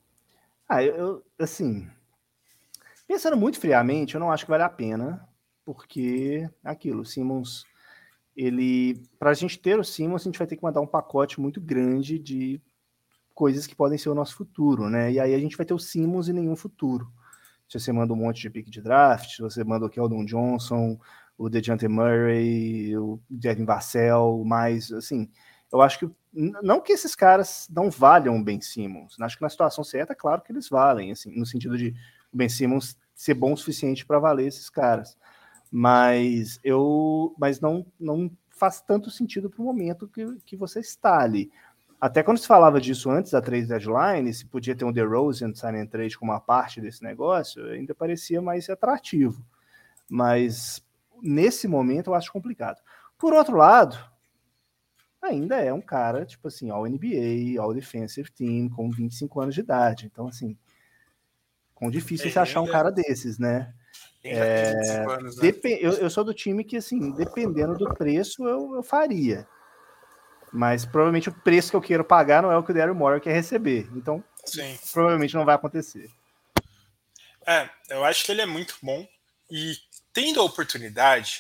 Eu assim, pensando muito friamente, eu não acho que vale a pena, porque aquilo, o Simmons, pra gente ter o Simmons, a gente vai ter que mandar um pacote muito grande de coisas que podem ser o nosso futuro, né? E aí a gente vai ter o Simmons e nenhum futuro. Se você manda um monte de pick de draft, se você manda o Keldon Johnson, o DeJounte Murray, o Devin Vassell, mais, assim, eu acho que, não que esses caras não valham o Ben Simmons, acho que na situação certa, claro que eles valem, assim, no sentido de o Ben Simmons ser bom o suficiente para valer esses caras, mas não faz tanto sentido para o momento que você está ali. Até quando se falava disso antes da trade deadline, se podia ter um DeRozan sign and trade como uma parte desse negócio, ainda parecia mais atrativo. Mas nesse momento eu acho complicado. Por outro lado, ainda é um cara, tipo assim, All NBA, All Defensive Team, com 25 anos de idade. Então, assim, com difícil você achar um cara desses, né? Ainda tem 25 anos, né? Eu sou do time que, assim, dependendo do preço, eu faria. Mas provavelmente o preço que eu quero pagar não é o que o Daryl Morey quer receber. Então, sim, provavelmente não vai acontecer. Eu acho que ele é muito bom. E tendo a oportunidade,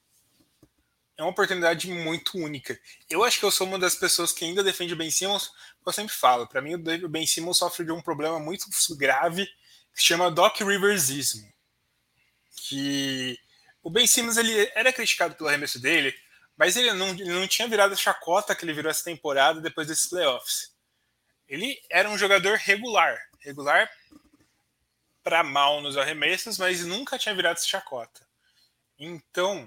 é uma oportunidade muito única. Eu acho que eu sou uma das pessoas que ainda defende o Ben Simmons, eu sempre falo. Para mim, o Ben Simmons sofre de um problema muito grave que se chama Doc Riversismo. Que o Ben Simmons ele era criticado pelo arremesso dele, mas ele não tinha virado a chacota que ele virou essa temporada depois desses playoffs. Ele era um jogador regular para mal nos arremessos, mas nunca tinha virado essa chacota. Então,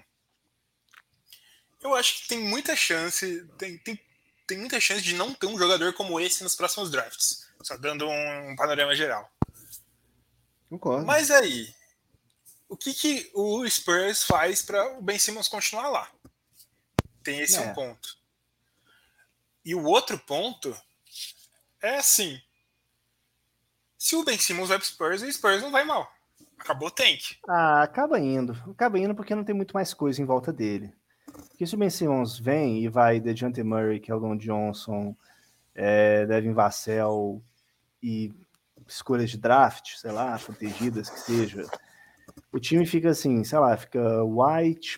eu acho que tem muita chance, tem muita chance de não ter um jogador como esse nos próximos drafts. Só dando um panorama geral. Concordo. Mas aí, o que o Spurs faz para o Ben Simmons continuar lá? Tem esse um ponto. E o outro ponto é assim: se o Ben Simmons vai pro Spurs, o Spurs não vai mal. Acabou o tank. Acaba indo porque não tem muito mais coisa em volta dele. Porque se o Ben Simmons vem e vai DeJounte Murray, Keldon Johnson, Devin Vassell e escolhas de draft, sei lá, protegidas que seja, o time fica assim, sei lá, fica White,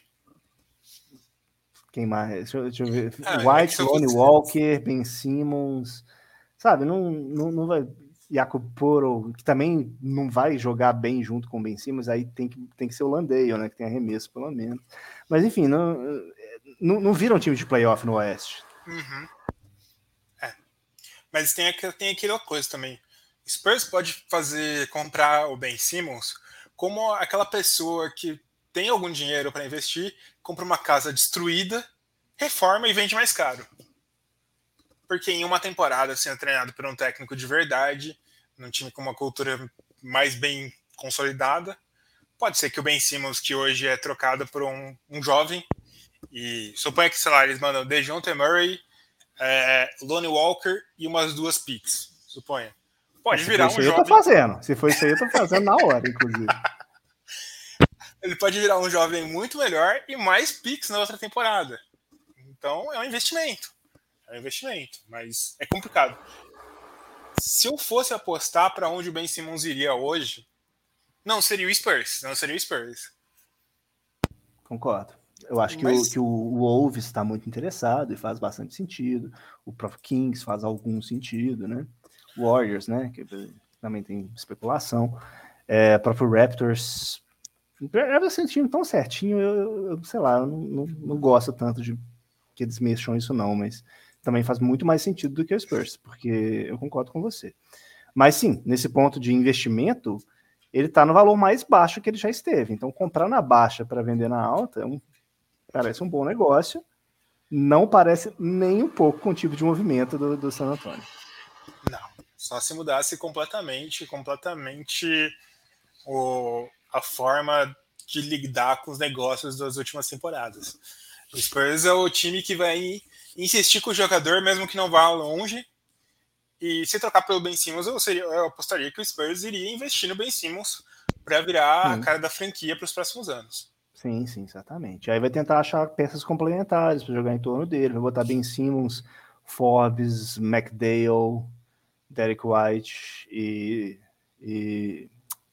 quem mais? Deixa eu ver. White, Lonnie Walker, Ben Simmons, sabe? Não vai. Jakob Poeltl, que também não vai jogar bem junto com o Ben Simmons, aí tem que ser o Landale, né? Que tem arremesso, pelo menos. Mas enfim, não vira um time de playoff no Oeste. Uhum. Mas tem aquela coisa também. Spurs pode comprar o Ben Simmons como aquela pessoa que tem algum dinheiro para investir, compra uma casa destruída, reforma e vende mais caro. Porque em uma temporada sendo treinado por um técnico de verdade, num time com uma cultura mais bem consolidada, pode ser que o Ben Simmons, que hoje é trocado por um jovem, e suponha que, sei lá, eles mandam DeJounte Murray, Lonnie Walker e umas 2 picks, suponha. Pode Se virar for isso um aí, eu tô jovem. fazendo. Se for isso aí, eu tô fazendo na hora, inclusive. Ele pode virar um jovem muito melhor e mais picks na outra temporada. Então é um investimento. É um investimento, mas é complicado. Se eu fosse apostar para onde o Ben Simmons iria hoje, não seria o Spurs. Não seria o Spurs. Concordo. Eu acho que Mas o Wolves está muito interessado e faz bastante sentido. O próprio Kings faz algum sentido, né? Warriors, né? Que também tem especulação. O próprio Raptors. É esse time tão certinho, eu sei lá, eu não gosto tanto de que eles mexam isso, não, mas também faz muito mais sentido do que o Spurs, porque eu concordo com você. Mas sim, nesse ponto de investimento, ele está no valor mais baixo que ele já esteve. Então, comprar na baixa para vender na alta parece um bom negócio. Não parece nem um pouco com o tipo de movimento do San Antonio. não, só se mudasse completamente a forma de lidar com os negócios das últimas temporadas. O Spurs é o time que vai insistir com o jogador mesmo que não vá longe. E se trocar pelo Ben Simmons, eu apostaria que o Spurs iria investir no Ben Simmons para virar a cara da franquia para os próximos anos. Sim, exatamente. Aí vai tentar achar peças complementares para jogar em torno dele. Vai botar Ben Simmons, Forbes, McDale, Derek White e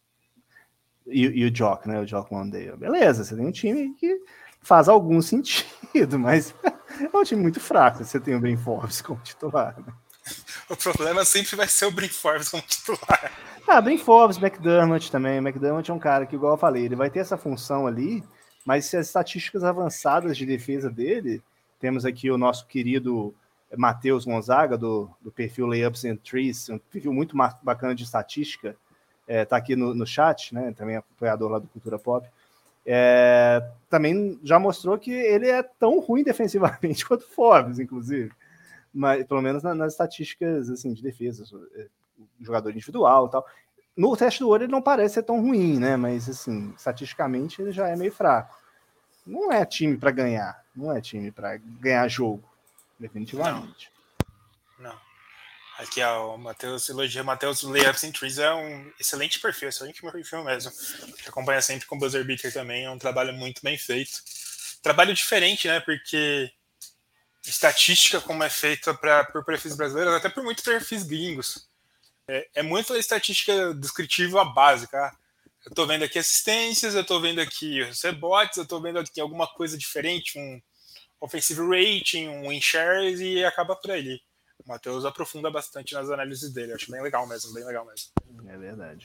o Jock, né? O Jock Landale. Beleza, você tem um time que faz algum sentido, mas é um time muito fraco. Você tem o Ben Forbes como titular, né? O problema sempre vai ser o Bryn Forbes como titular. Ben Forbes, McDermott também. McDermott é um cara que, igual eu falei, ele vai ter essa função ali, mas se as estatísticas avançadas de defesa dele, temos aqui o nosso querido Matheus Gonzaga, do perfil Layups and Trees, um perfil muito bacana de estatística, tá aqui no chat, né? Também é apoiador lá do Cultura Pop. Também já mostrou que ele é tão ruim defensivamente quanto o Forbes, inclusive. Mas, pelo menos nas estatísticas assim, de defesa, jogador individual e tal. No teste do olho ele não parece ser tão ruim, né? Mas, assim, estatisticamente ele já é meio fraco. Não é time para ganhar. Não é time para ganhar jogo, definitivamente. Não. Aqui ó, o Matheus elogia o Matheus Layups and Trees, é um excelente perfil mesmo. Que acompanha sempre com o Buzzer Beater também, é um trabalho muito bem feito. Trabalho diferente, né? Porque estatística como é feita por perfis brasileiros, até por muitos perfis gringos. É muito a estatística descritiva básica. Eu tô vendo aqui assistências, eu tô vendo aqui rebotes, eu tô vendo aqui alguma coisa diferente, um offensive rating, um win shares e acaba por ali. O Matheus aprofunda bastante nas análises dele, eu acho bem legal mesmo, bem legal mesmo. É verdade.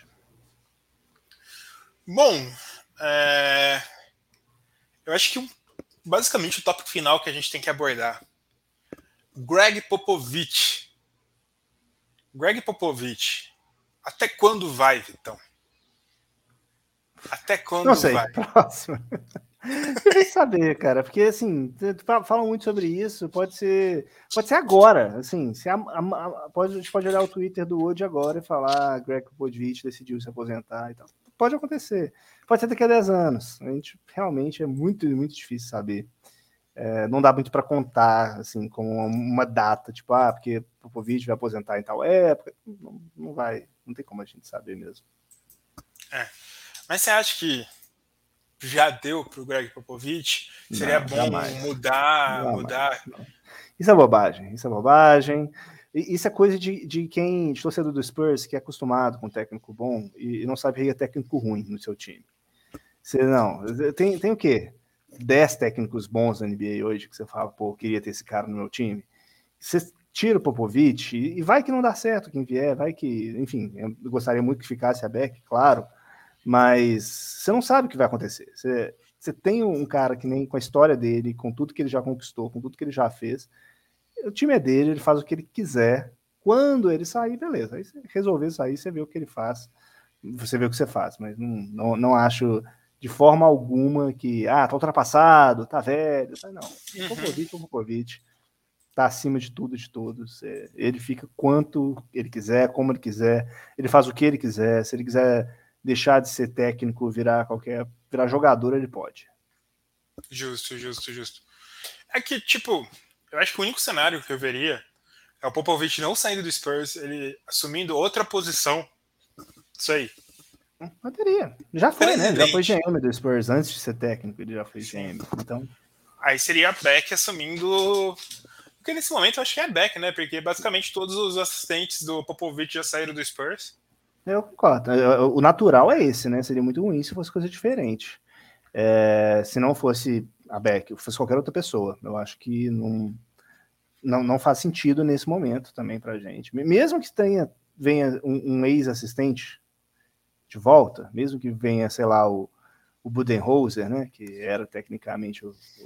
Bom, eu acho que basicamente o tópico final que a gente tem que abordar. Greg Popovich. Greg Popovich. Até quando vai, Vitão? Até quando Não sei, vai? próximo. Difícil saber, cara, porque assim, falam muito sobre isso, pode ser agora, assim, se a gente pode olhar o Twitter do Woj agora e falar Greg Popovich decidiu se aposentar e tal. Pode acontecer, pode ser daqui a 10 anos, a gente realmente é muito difícil saber. Não dá muito para contar, assim, com uma data, tipo, porque Popovich vai aposentar em tal época, não vai, não tem como a gente saber mesmo. Mas você acha que já deu para o Greg Popovich? Seria bom jamais. mudar? Não. Isso é bobagem. Isso é coisa de quem, de torcedor do Spurs, que é acostumado com técnico bom e não sabe que é técnico ruim no seu time. Você não, tem o quê? 10 técnicos bons na NBA hoje que você fala, pô, eu queria ter esse cara no meu time. Você tira o Popovich e vai que não dá certo quem vier, vai que, enfim, eu gostaria muito que ficasse a Beck, claro, mas você não sabe o que vai acontecer. Você tem um cara que nem com a história dele, com tudo que ele já conquistou, com tudo que ele já fez, o time é dele, ele faz o que ele quiser. Quando ele sair, beleza. Aí você resolver sair, você vê o que ele faz. Você vê o que você faz, mas não acho de forma alguma que, tá ultrapassado, tá velho. Não. O Popovich tá acima de tudo, de todos. Ele fica quanto ele quiser, como ele quiser. Ele faz o que ele quiser. Se ele quiser deixar de ser técnico, virar jogador, ele pode. Justo. É que, tipo, Eu acho que o único cenário que eu veria é o Popovich não saindo do Spurs, ele assumindo outra posição. Isso aí. Poderia. Já foi, né? Já foi Presidente. GM do Spurs. Antes de ser técnico, ele já foi Sim. GM. Então, Aí seria a Beck assumindo. Porque nesse momento eu acho que é a Beck, né? Porque basicamente todos os assistentes do Popovich já saíram do Spurs. eu concordo. O natural é esse, né? Seria muito ruim se fosse coisa diferente. Se não fosse a Beck, fosse qualquer outra pessoa. Eu acho que não faz sentido nesse momento também pra gente. Mesmo que venha um ex-assistente de volta, mesmo que venha, sei lá, o Budenholzer, né? Que era tecnicamente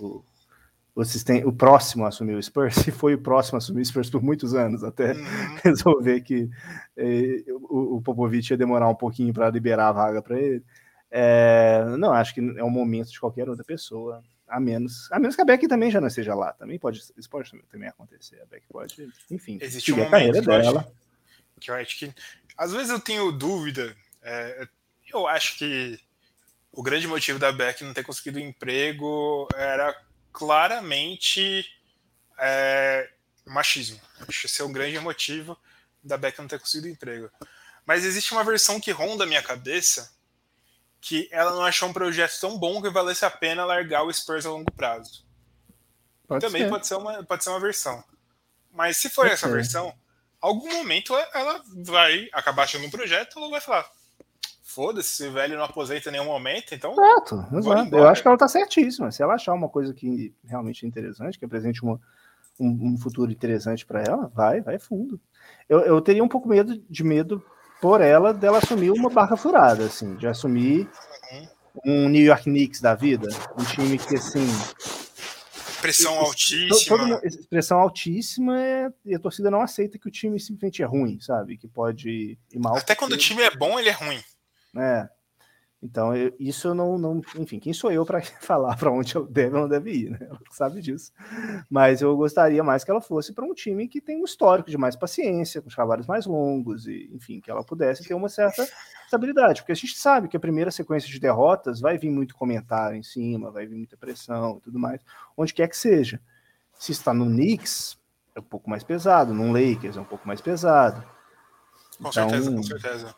o próximo a assumir o Spurs, e foi o próximo a assumir o Spurs por muitos anos, até resolver que o Popovich ia demorar um pouquinho para liberar a vaga para ele. Não, acho que é o momento de qualquer outra pessoa, a menos que a Beck também já não esteja lá. Isso pode também acontecer. A Beck pode, enfim, Existe um seguir a carreira momento dela. que eu acho que. Às vezes eu tenho dúvida. Eu acho que o grande motivo da Beck não ter conseguido emprego era claramente machismo. Acho que esse é um grande motivo da Beck não ter conseguido emprego. Mas existe uma versão que ronda a minha cabeça que ela não achou um projeto tão bom que valesse a pena largar o Spurs a longo prazo. Pode Também ser, pode ser uma versão. Mas se for pode essa ser. versão, algum momento ela vai acabar achando um projeto, ela vai falar: foda-se, esse velho não aposenta em nenhum momento, então Exato, vou exato. Eu acho embora. que ela está certíssima. Se ela achar uma coisa que realmente é interessante, que apresente um futuro interessante para ela, vai fundo. Eu teria um pouco medo por ela dela assumir uma barra furada, assim, de assumir um New York Knicks da vida, um time que, assim, Pressão toda altíssima. uma expressão altíssima e a torcida não aceita que o time simplesmente é ruim, sabe? Que pode ir mal Até quando o porque, time é bom, ele é ruim. né? Então, isso eu não. Enfim, quem sou eu para falar para onde eu deve ou não deve ir, né? Ela sabe disso. Mas eu gostaria mais que ela fosse para um time que tem um histórico de mais paciência, com os trabalhos mais longos, e, enfim, que ela pudesse ter uma certa estabilidade. Porque a gente sabe que a primeira sequência de derrotas vai vir muito comentário em cima, vai vir muita pressão e tudo mais, onde quer que seja. Se está no Knicks, é um pouco mais pesado, no Lakers é um pouco mais pesado. Com certeza, com Então, certeza.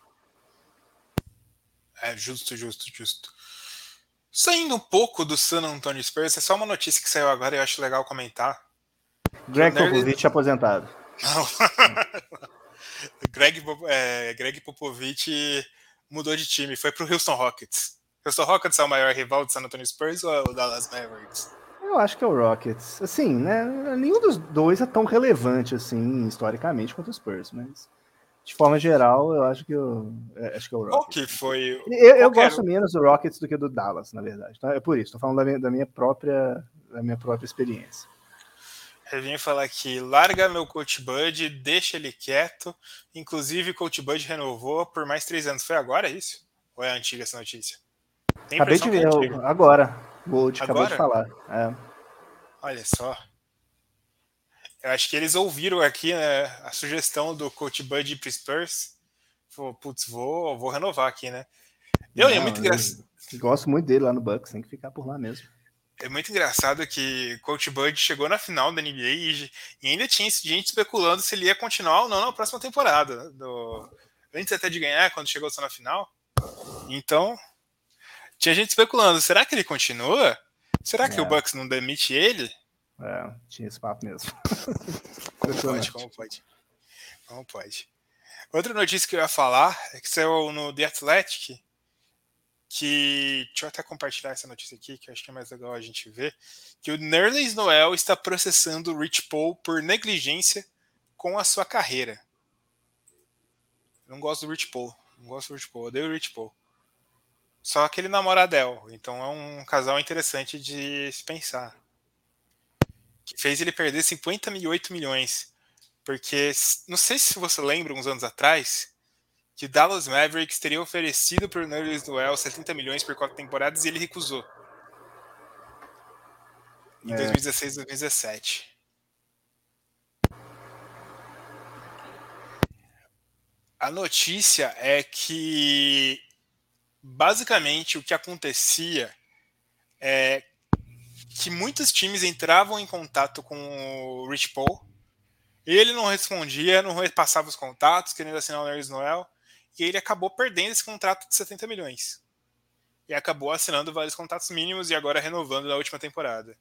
É justo, justo, justo. Saindo um pouco do San Antonio Spurs, é só uma notícia que saiu agora e eu acho legal comentar. Que o Greg Nerlens. Popovich aposentado. Não. Greg Popovich mudou de time, foi pro Houston Rockets. Houston Rockets é o maior rival do San Antonio Spurs ou é o Dallas Mavericks? Eu acho que é o Rockets. Assim, né? Nenhum dos dois é tão relevante assim, historicamente, quanto o Spurs, mas de forma geral, eu acho que acho que é o Qual Rockets. que foi? Eu Qual que era? gosto menos do Rockets do que do Dallas, na verdade. Então, é por isso, tô falando da minha própria experiência. Eu vim falar aqui, larga meu Coach Bud, deixa ele quieto. Inclusive, o Coach Bud renovou por mais 3 anos. Foi agora isso? Ou é antiga essa notícia? Tem Acabei impressão de que é ver antiga. agora. O Gold acabou de Agora? falar. Olha só. Eu acho que eles ouviram aqui, né, a sugestão do Coach Bud pro Spurs. Falou, putz, vou renovar aqui, né? É muito Não, engraçado. eu gosto muito dele lá no Bucks, tem que ficar por lá mesmo. É muito engraçado que Coach Bud chegou na final da NBA e ainda tinha gente especulando se ele ia continuar ou não na próxima temporada. Antes até de ganhar, quando chegou só na final. Então, tinha gente especulando: será que ele continua? Será que o É, Bucks não demite ele? tinha esse papo mesmo. Como pode? Impressionante. Como pode? Como pode? Outra notícia que eu ia falar é que saiu no The Athletic que. Deixa eu até compartilhar essa notícia aqui, que eu acho que é mais legal a gente ver. Que o Nerlens Noel está processando o Rich Paul por negligência com a sua carreira. Eu não gosto do Rich Paul. Não gosto do Rich Paul. Odeio o Rich Paul. Só que ele namora a Adele. Então é um casal interessante de se pensar. Que fez ele perder 58 milhões. Porque, não sei se você lembra, uns anos atrás, que Dallas Mavericks teria oferecido para o Nerlens Noel 70 milhões por 4 temporadas e ele recusou. Em É, 2016 e 2017. A notícia é que basicamente o que acontecia é que muitos times entravam em contato com o Rich Paul, ele não respondia, não repassava os contatos, querendo assinar o Nerlens Noel, e ele acabou perdendo esse contrato de 70 milhões. E acabou assinando vários contratos mínimos e agora renovando na última temporada.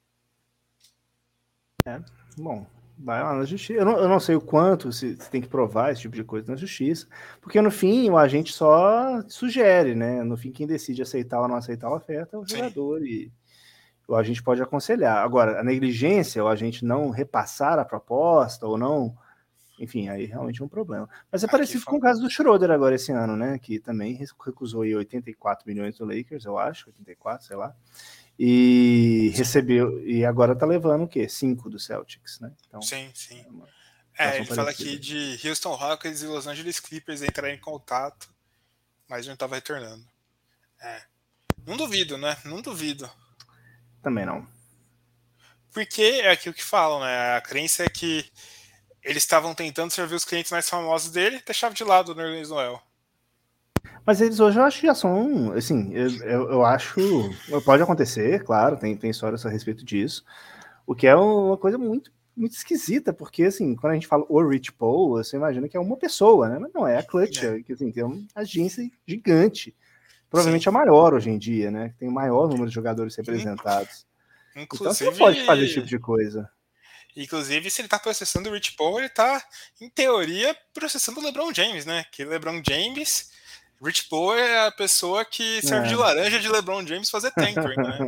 Bom, vai lá na justiça. Eu não sei o quanto se tem que provar esse tipo de coisa na justiça, porque no fim o agente só sugere, né? No fim, quem decide aceitar ou não aceitar a oferta é o jogador. Sim. E o agente pode aconselhar. Agora, a negligência, o agente não repassar a proposta ou não. Enfim, aí realmente é um problema. Mas é parecido com o caso do Schroeder agora esse ano, né? Que também recusou aí 84 milhões do Lakers, eu acho, 84, sei lá. E recebeu, e agora tá levando o quê? 5 do Celtics, né? Então, sim. Ele parecida. Fala aqui de Houston Rockets e Los Angeles Clippers entrarem em contato, mas não estava retornando. Não duvido, né? Não duvido. Também não. Porque é aquilo que falam, né? A crença é que eles estavam tentando servir os clientes mais famosos dele, deixava de lado o Nerlens Noel. Mas eles hoje eu acho que já são, assim, eu acho, pode acontecer, claro, tem histórias a respeito disso, o que é uma coisa muito esquisita, porque, assim, quando a gente fala o Rich Paul, você imagina que é uma pessoa, né? Mas não, é a Clutch, que, assim, tem uma agência gigante, provavelmente a maior hoje em dia, né? Tem o maior número de jogadores representados. Inclusive, então você não pode fazer esse tipo de coisa. Inclusive, se ele tá processando o Rich Paul, ele tá, em teoria, processando o LeBron James, né? Que LeBron James, Rich Paul é a pessoa que serve de laranja de LeBron James fazer tampering, né?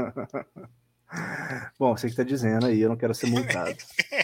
Bom, você que tá dizendo aí, eu não quero ser multado.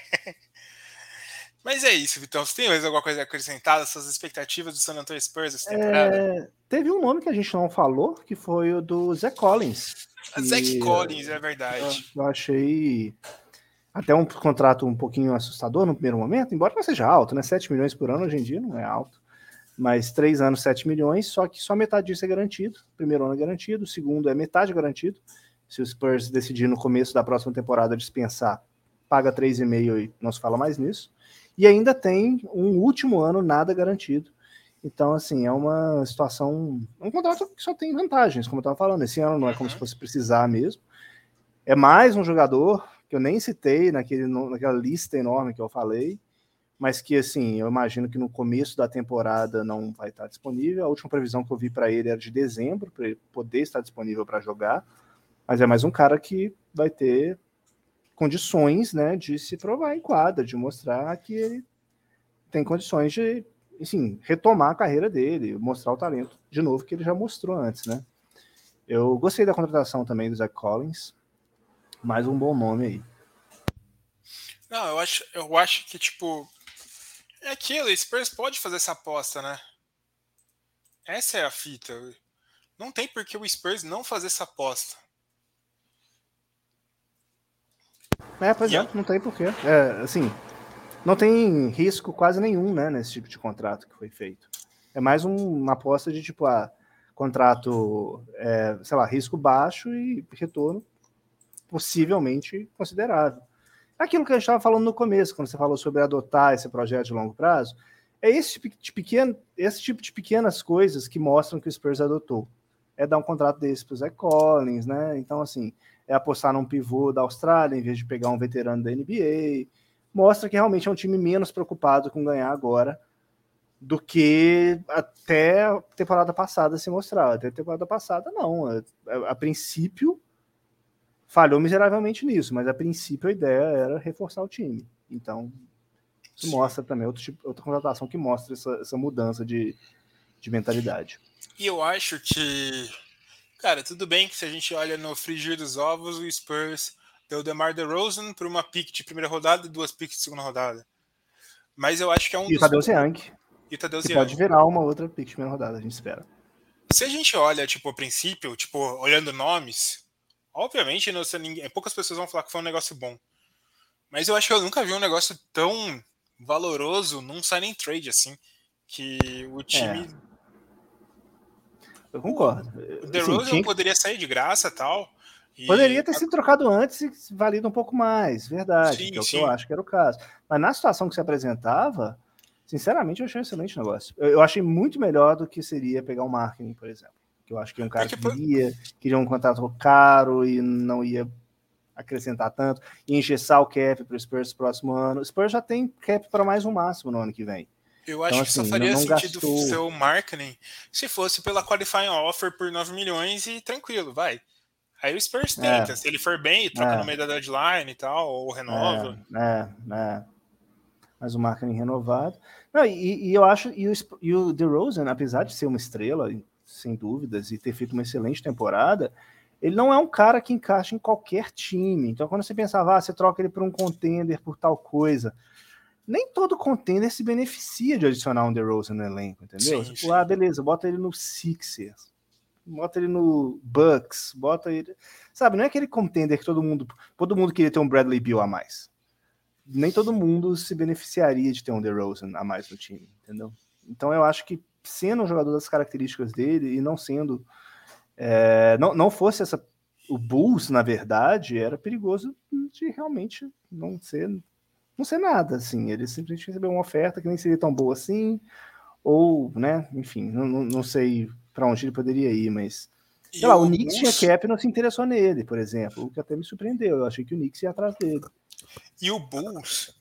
Mas é isso, Vitão. Você tem mais alguma coisa acrescentada? Suas expectativas do San Antonio Spurs essa temporada? Teve um nome que a gente não falou, que foi o do Zach Collins. Zach Collins, é verdade. Eu achei até um contrato um pouquinho assustador no primeiro momento, embora não seja alto, né? 7 milhões por ano hoje em dia não é alto. Mas 3 anos, 7 milhões, só que só metade disso é garantido. O primeiro ano é garantido, o segundo é metade garantido. Se o Spurs decidir no começo da próxima temporada dispensar, paga 3,5 e não se fala mais nisso. E ainda tem um último ano nada garantido. Então, assim, é uma situação, um contrato que só tem vantagens, como eu estava falando. Esse ano não é como se fosse precisar mesmo. É mais um jogador que eu nem citei naquela lista enorme que eu falei, mas que, assim, eu imagino que no começo da temporada não vai estar disponível. A última previsão que eu vi para ele era de dezembro, para ele poder estar disponível para jogar. Mas é mais um cara que vai ter condições, né, de se provar em quadra, de mostrar que ele tem condições de, assim, retomar a carreira dele, mostrar o talento de novo que ele já mostrou antes, né? Eu gostei da contratação também do Zach Collins, mais um bom nome aí. Não, eu acho que, tipo, é aquilo, o Spurs pode fazer essa aposta, né? Essa é a fita. Não tem por que o Spurs não fazer essa aposta. Pois é, não tem porquê. Assim, não tem risco quase nenhum, né, nesse tipo de contrato que foi feito. É mais uma aposta de, tipo, contrato, sei lá, risco baixo e retorno possivelmente considerável. Aquilo que a gente estava falando no começo, quando você falou sobre adotar esse projeto de longo prazo, é esse tipo de pequenas coisas que mostram que o Spurs adotou. É dar um contrato desse para o Zach Collins, né? Então, assim, é apostar num pivô da Austrália em vez de pegar um veterano da NBA. Mostra que realmente é um time menos preocupado com ganhar agora do que até a temporada passada se mostrava. Até a temporada passada, não. A princípio, falhou miseravelmente nisso, mas a princípio a ideia era reforçar o time. Então, isso mostra também outra contratação que mostra essa mudança de mentalidade. E eu acho que, cara, tudo bem que se a gente olha no frigir dos ovos, o Spurs deu o DeMar DeRozan por uma pick de primeira rodada e 2 picks de segunda rodada. Mas eu acho que é um e dos... O Tadeusz Young, que pode virar uma outra pick de primeira rodada, a gente espera. Se a gente olha, tipo, a princípio, tipo, olhando nomes, obviamente, poucas pessoas vão falar que foi um negócio bom. Mas eu acho que eu nunca vi um negócio tão valoroso num signing trade, assim, que o time... Eu concordo. O DeRozan poderia sair de graça e tal. Poderia ter sido trocado antes e valido um pouco mais, verdade, que é o que eu acho que era o caso. Mas na situação que se apresentava, sinceramente, eu achei um excelente negócio. Eu achei muito melhor do que seria pegar um marketing, por exemplo. Que eu acho que é um cara que queria um contrato caro e não ia acrescentar tanto e engessar o cap para o Spurs próximo ano. O Spurs já tem cap para mais um máximo no ano que vem. Eu Então, acho que só assim, faria não sentido ser gastou. o marketing se fosse pela qualifying offer por 9 milhões e tranquilo, vai. Aí o Spurs tenta. Se ele for bem, troca no meio da deadline e tal, ou renova. Mais um marketing renovado. Não, e eu acho, e o DeRozan, apesar de ser uma estrela, sem dúvidas, e ter feito uma excelente temporada, ele não é um cara que encaixa em qualquer time. Então, quando você pensava, você troca ele por um contender, por tal coisa, nem todo contender se beneficia de adicionar um DeRozan no elenco, entendeu? Sim, Tipo, sim. beleza, bota ele no Sixers, bota ele no Bucks, bota ele... Sabe, não é aquele contender que todo mundo queria ter um Bradley Beal a mais. Nem todo mundo se beneficiaria de ter um DeRozan a mais no time, entendeu? Então eu acho que sendo um jogador das características dele e não sendo... não fosse o Bulls, na verdade, era perigoso de realmente não ser nada, assim. Ele simplesmente recebeu uma oferta que nem seria tão boa assim, ou, né, enfim, não sei para onde ele poderia ir, mas sei E lá, o o Knicks tinha Bulls, cap e não se interessou nele, por exemplo, o que até me surpreendeu. Eu achei que o Knicks ia atrás dele. e o Bulls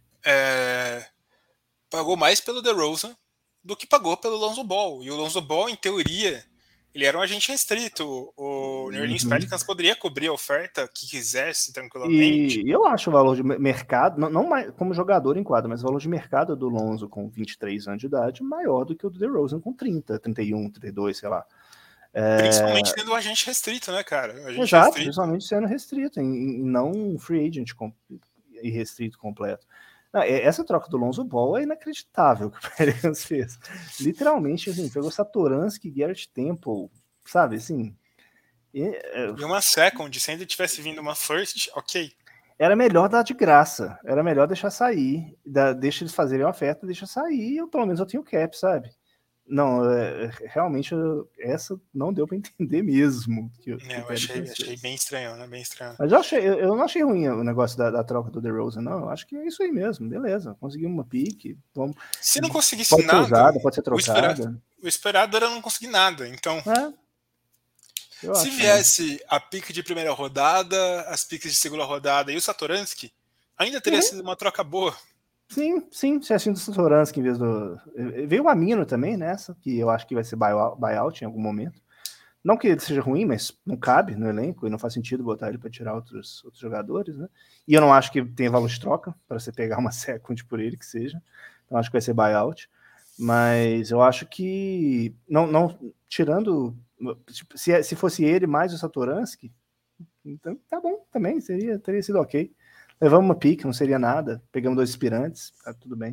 pagou mais pelo DeRozan do que pagou pelo Lonzo Ball. E o Lonzo Ball, em teoria, ele era um agente restrito. O New Orleans Uhum. Pelicans poderia cobrir a oferta que quisesse tranquilamente. E eu acho o valor de mercado, não mais como jogador em quadra, mas o valor de mercado do Lonzo com 23 anos de idade maior do que o do DeRozan com 30, 31, 32, sei lá. Principalmente sendo um agente restrito, né, cara? Um agente Exato, restrito. principalmente sendo restrito, e não um free agent e restrito completo. Não, essa troca do Lonzo Ball é inacreditável que o Pelicans fez. Literalmente, assim, pegou Satoransky, Garrett Temple, sabe, assim. E uma second, se ainda tivesse vindo uma first, ok. Era melhor dar de graça, era melhor deixar sair, deixa eles fazerem a oferta, deixa sair, eu pelo menos eu tenho cap, sabe? Não, realmente essa não deu para entender mesmo que o Eu achei, Pelicans achei fez. bem estranho, né? Bem estranho. Mas eu não achei ruim o negócio da troca do DeRozan, não. Eu acho que é isso aí mesmo, beleza. Conseguimos uma pique, Se não conseguisse pode ser nada, usada, pode ser trocada. o esperado era não conseguir nada. Então, É, eu se acho também. viesse a pique de primeira rodada, as piques de segunda rodada e o Satoransky, ainda teria Uhum. sido uma troca boa. Sim, se assim do Satoransky em vez do. Veio o Amino também nessa, que eu acho que vai ser buyout em algum momento. Não que ele seja ruim, mas não cabe no elenco e não faz sentido botar ele para tirar outros jogadores, né? E eu não acho que tenha valor de troca para você pegar uma second por ele que seja. Então acho que vai ser buyout. Mas eu acho que não tirando tipo, se fosse ele mais o Satoransky, então tá bom também, teria sido ok. Levamos uma pick, não seria nada. Pegamos 2 aspirantes, tá tudo bem.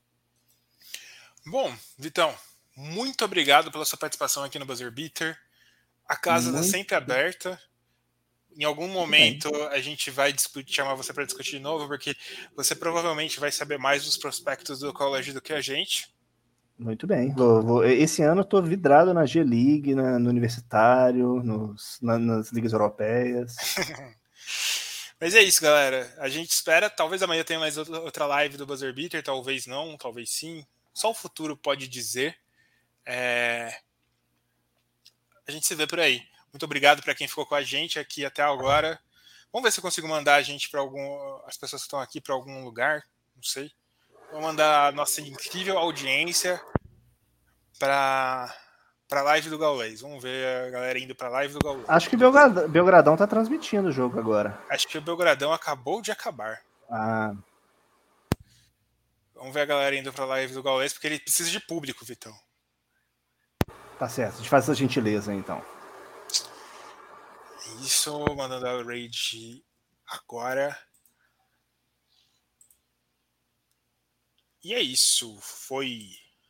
Bom, Vitão, muito obrigado pela sua participação aqui no Buzzer Beater. A casa está Muito, sempre aberta. Em algum muito bem. momento a gente vai chamar você para discutir de novo, porque você provavelmente vai saber mais dos prospectos do college do que a gente. Muito bem. Esse ano eu tô vidrado na G-League, no Universitário, nas ligas europeias. Mas é isso, galera. A gente espera. Talvez amanhã tenha mais outra live do Buzzer Beater, talvez não, talvez sim. Só o futuro pode dizer. A gente se vê por aí. Muito obrigado para quem ficou com a gente aqui até agora. Vamos ver se eu consigo mandar a gente para as pessoas que estão aqui para algum lugar. Não sei. Vou mandar a nossa incrível audiência para a live do Gaulês. Vamos ver a galera indo para a live do Gaulês. Acho que Belgradão tá transmitindo o jogo agora. Acho que o Belgradão acabou de acabar. Ah, Vamos ver a galera indo para a live do Gaulês, porque ele precisa de público, Vitão. tá certo. A gente faz essa gentileza então. Isso, mandando a raid agora. E é isso. Foi.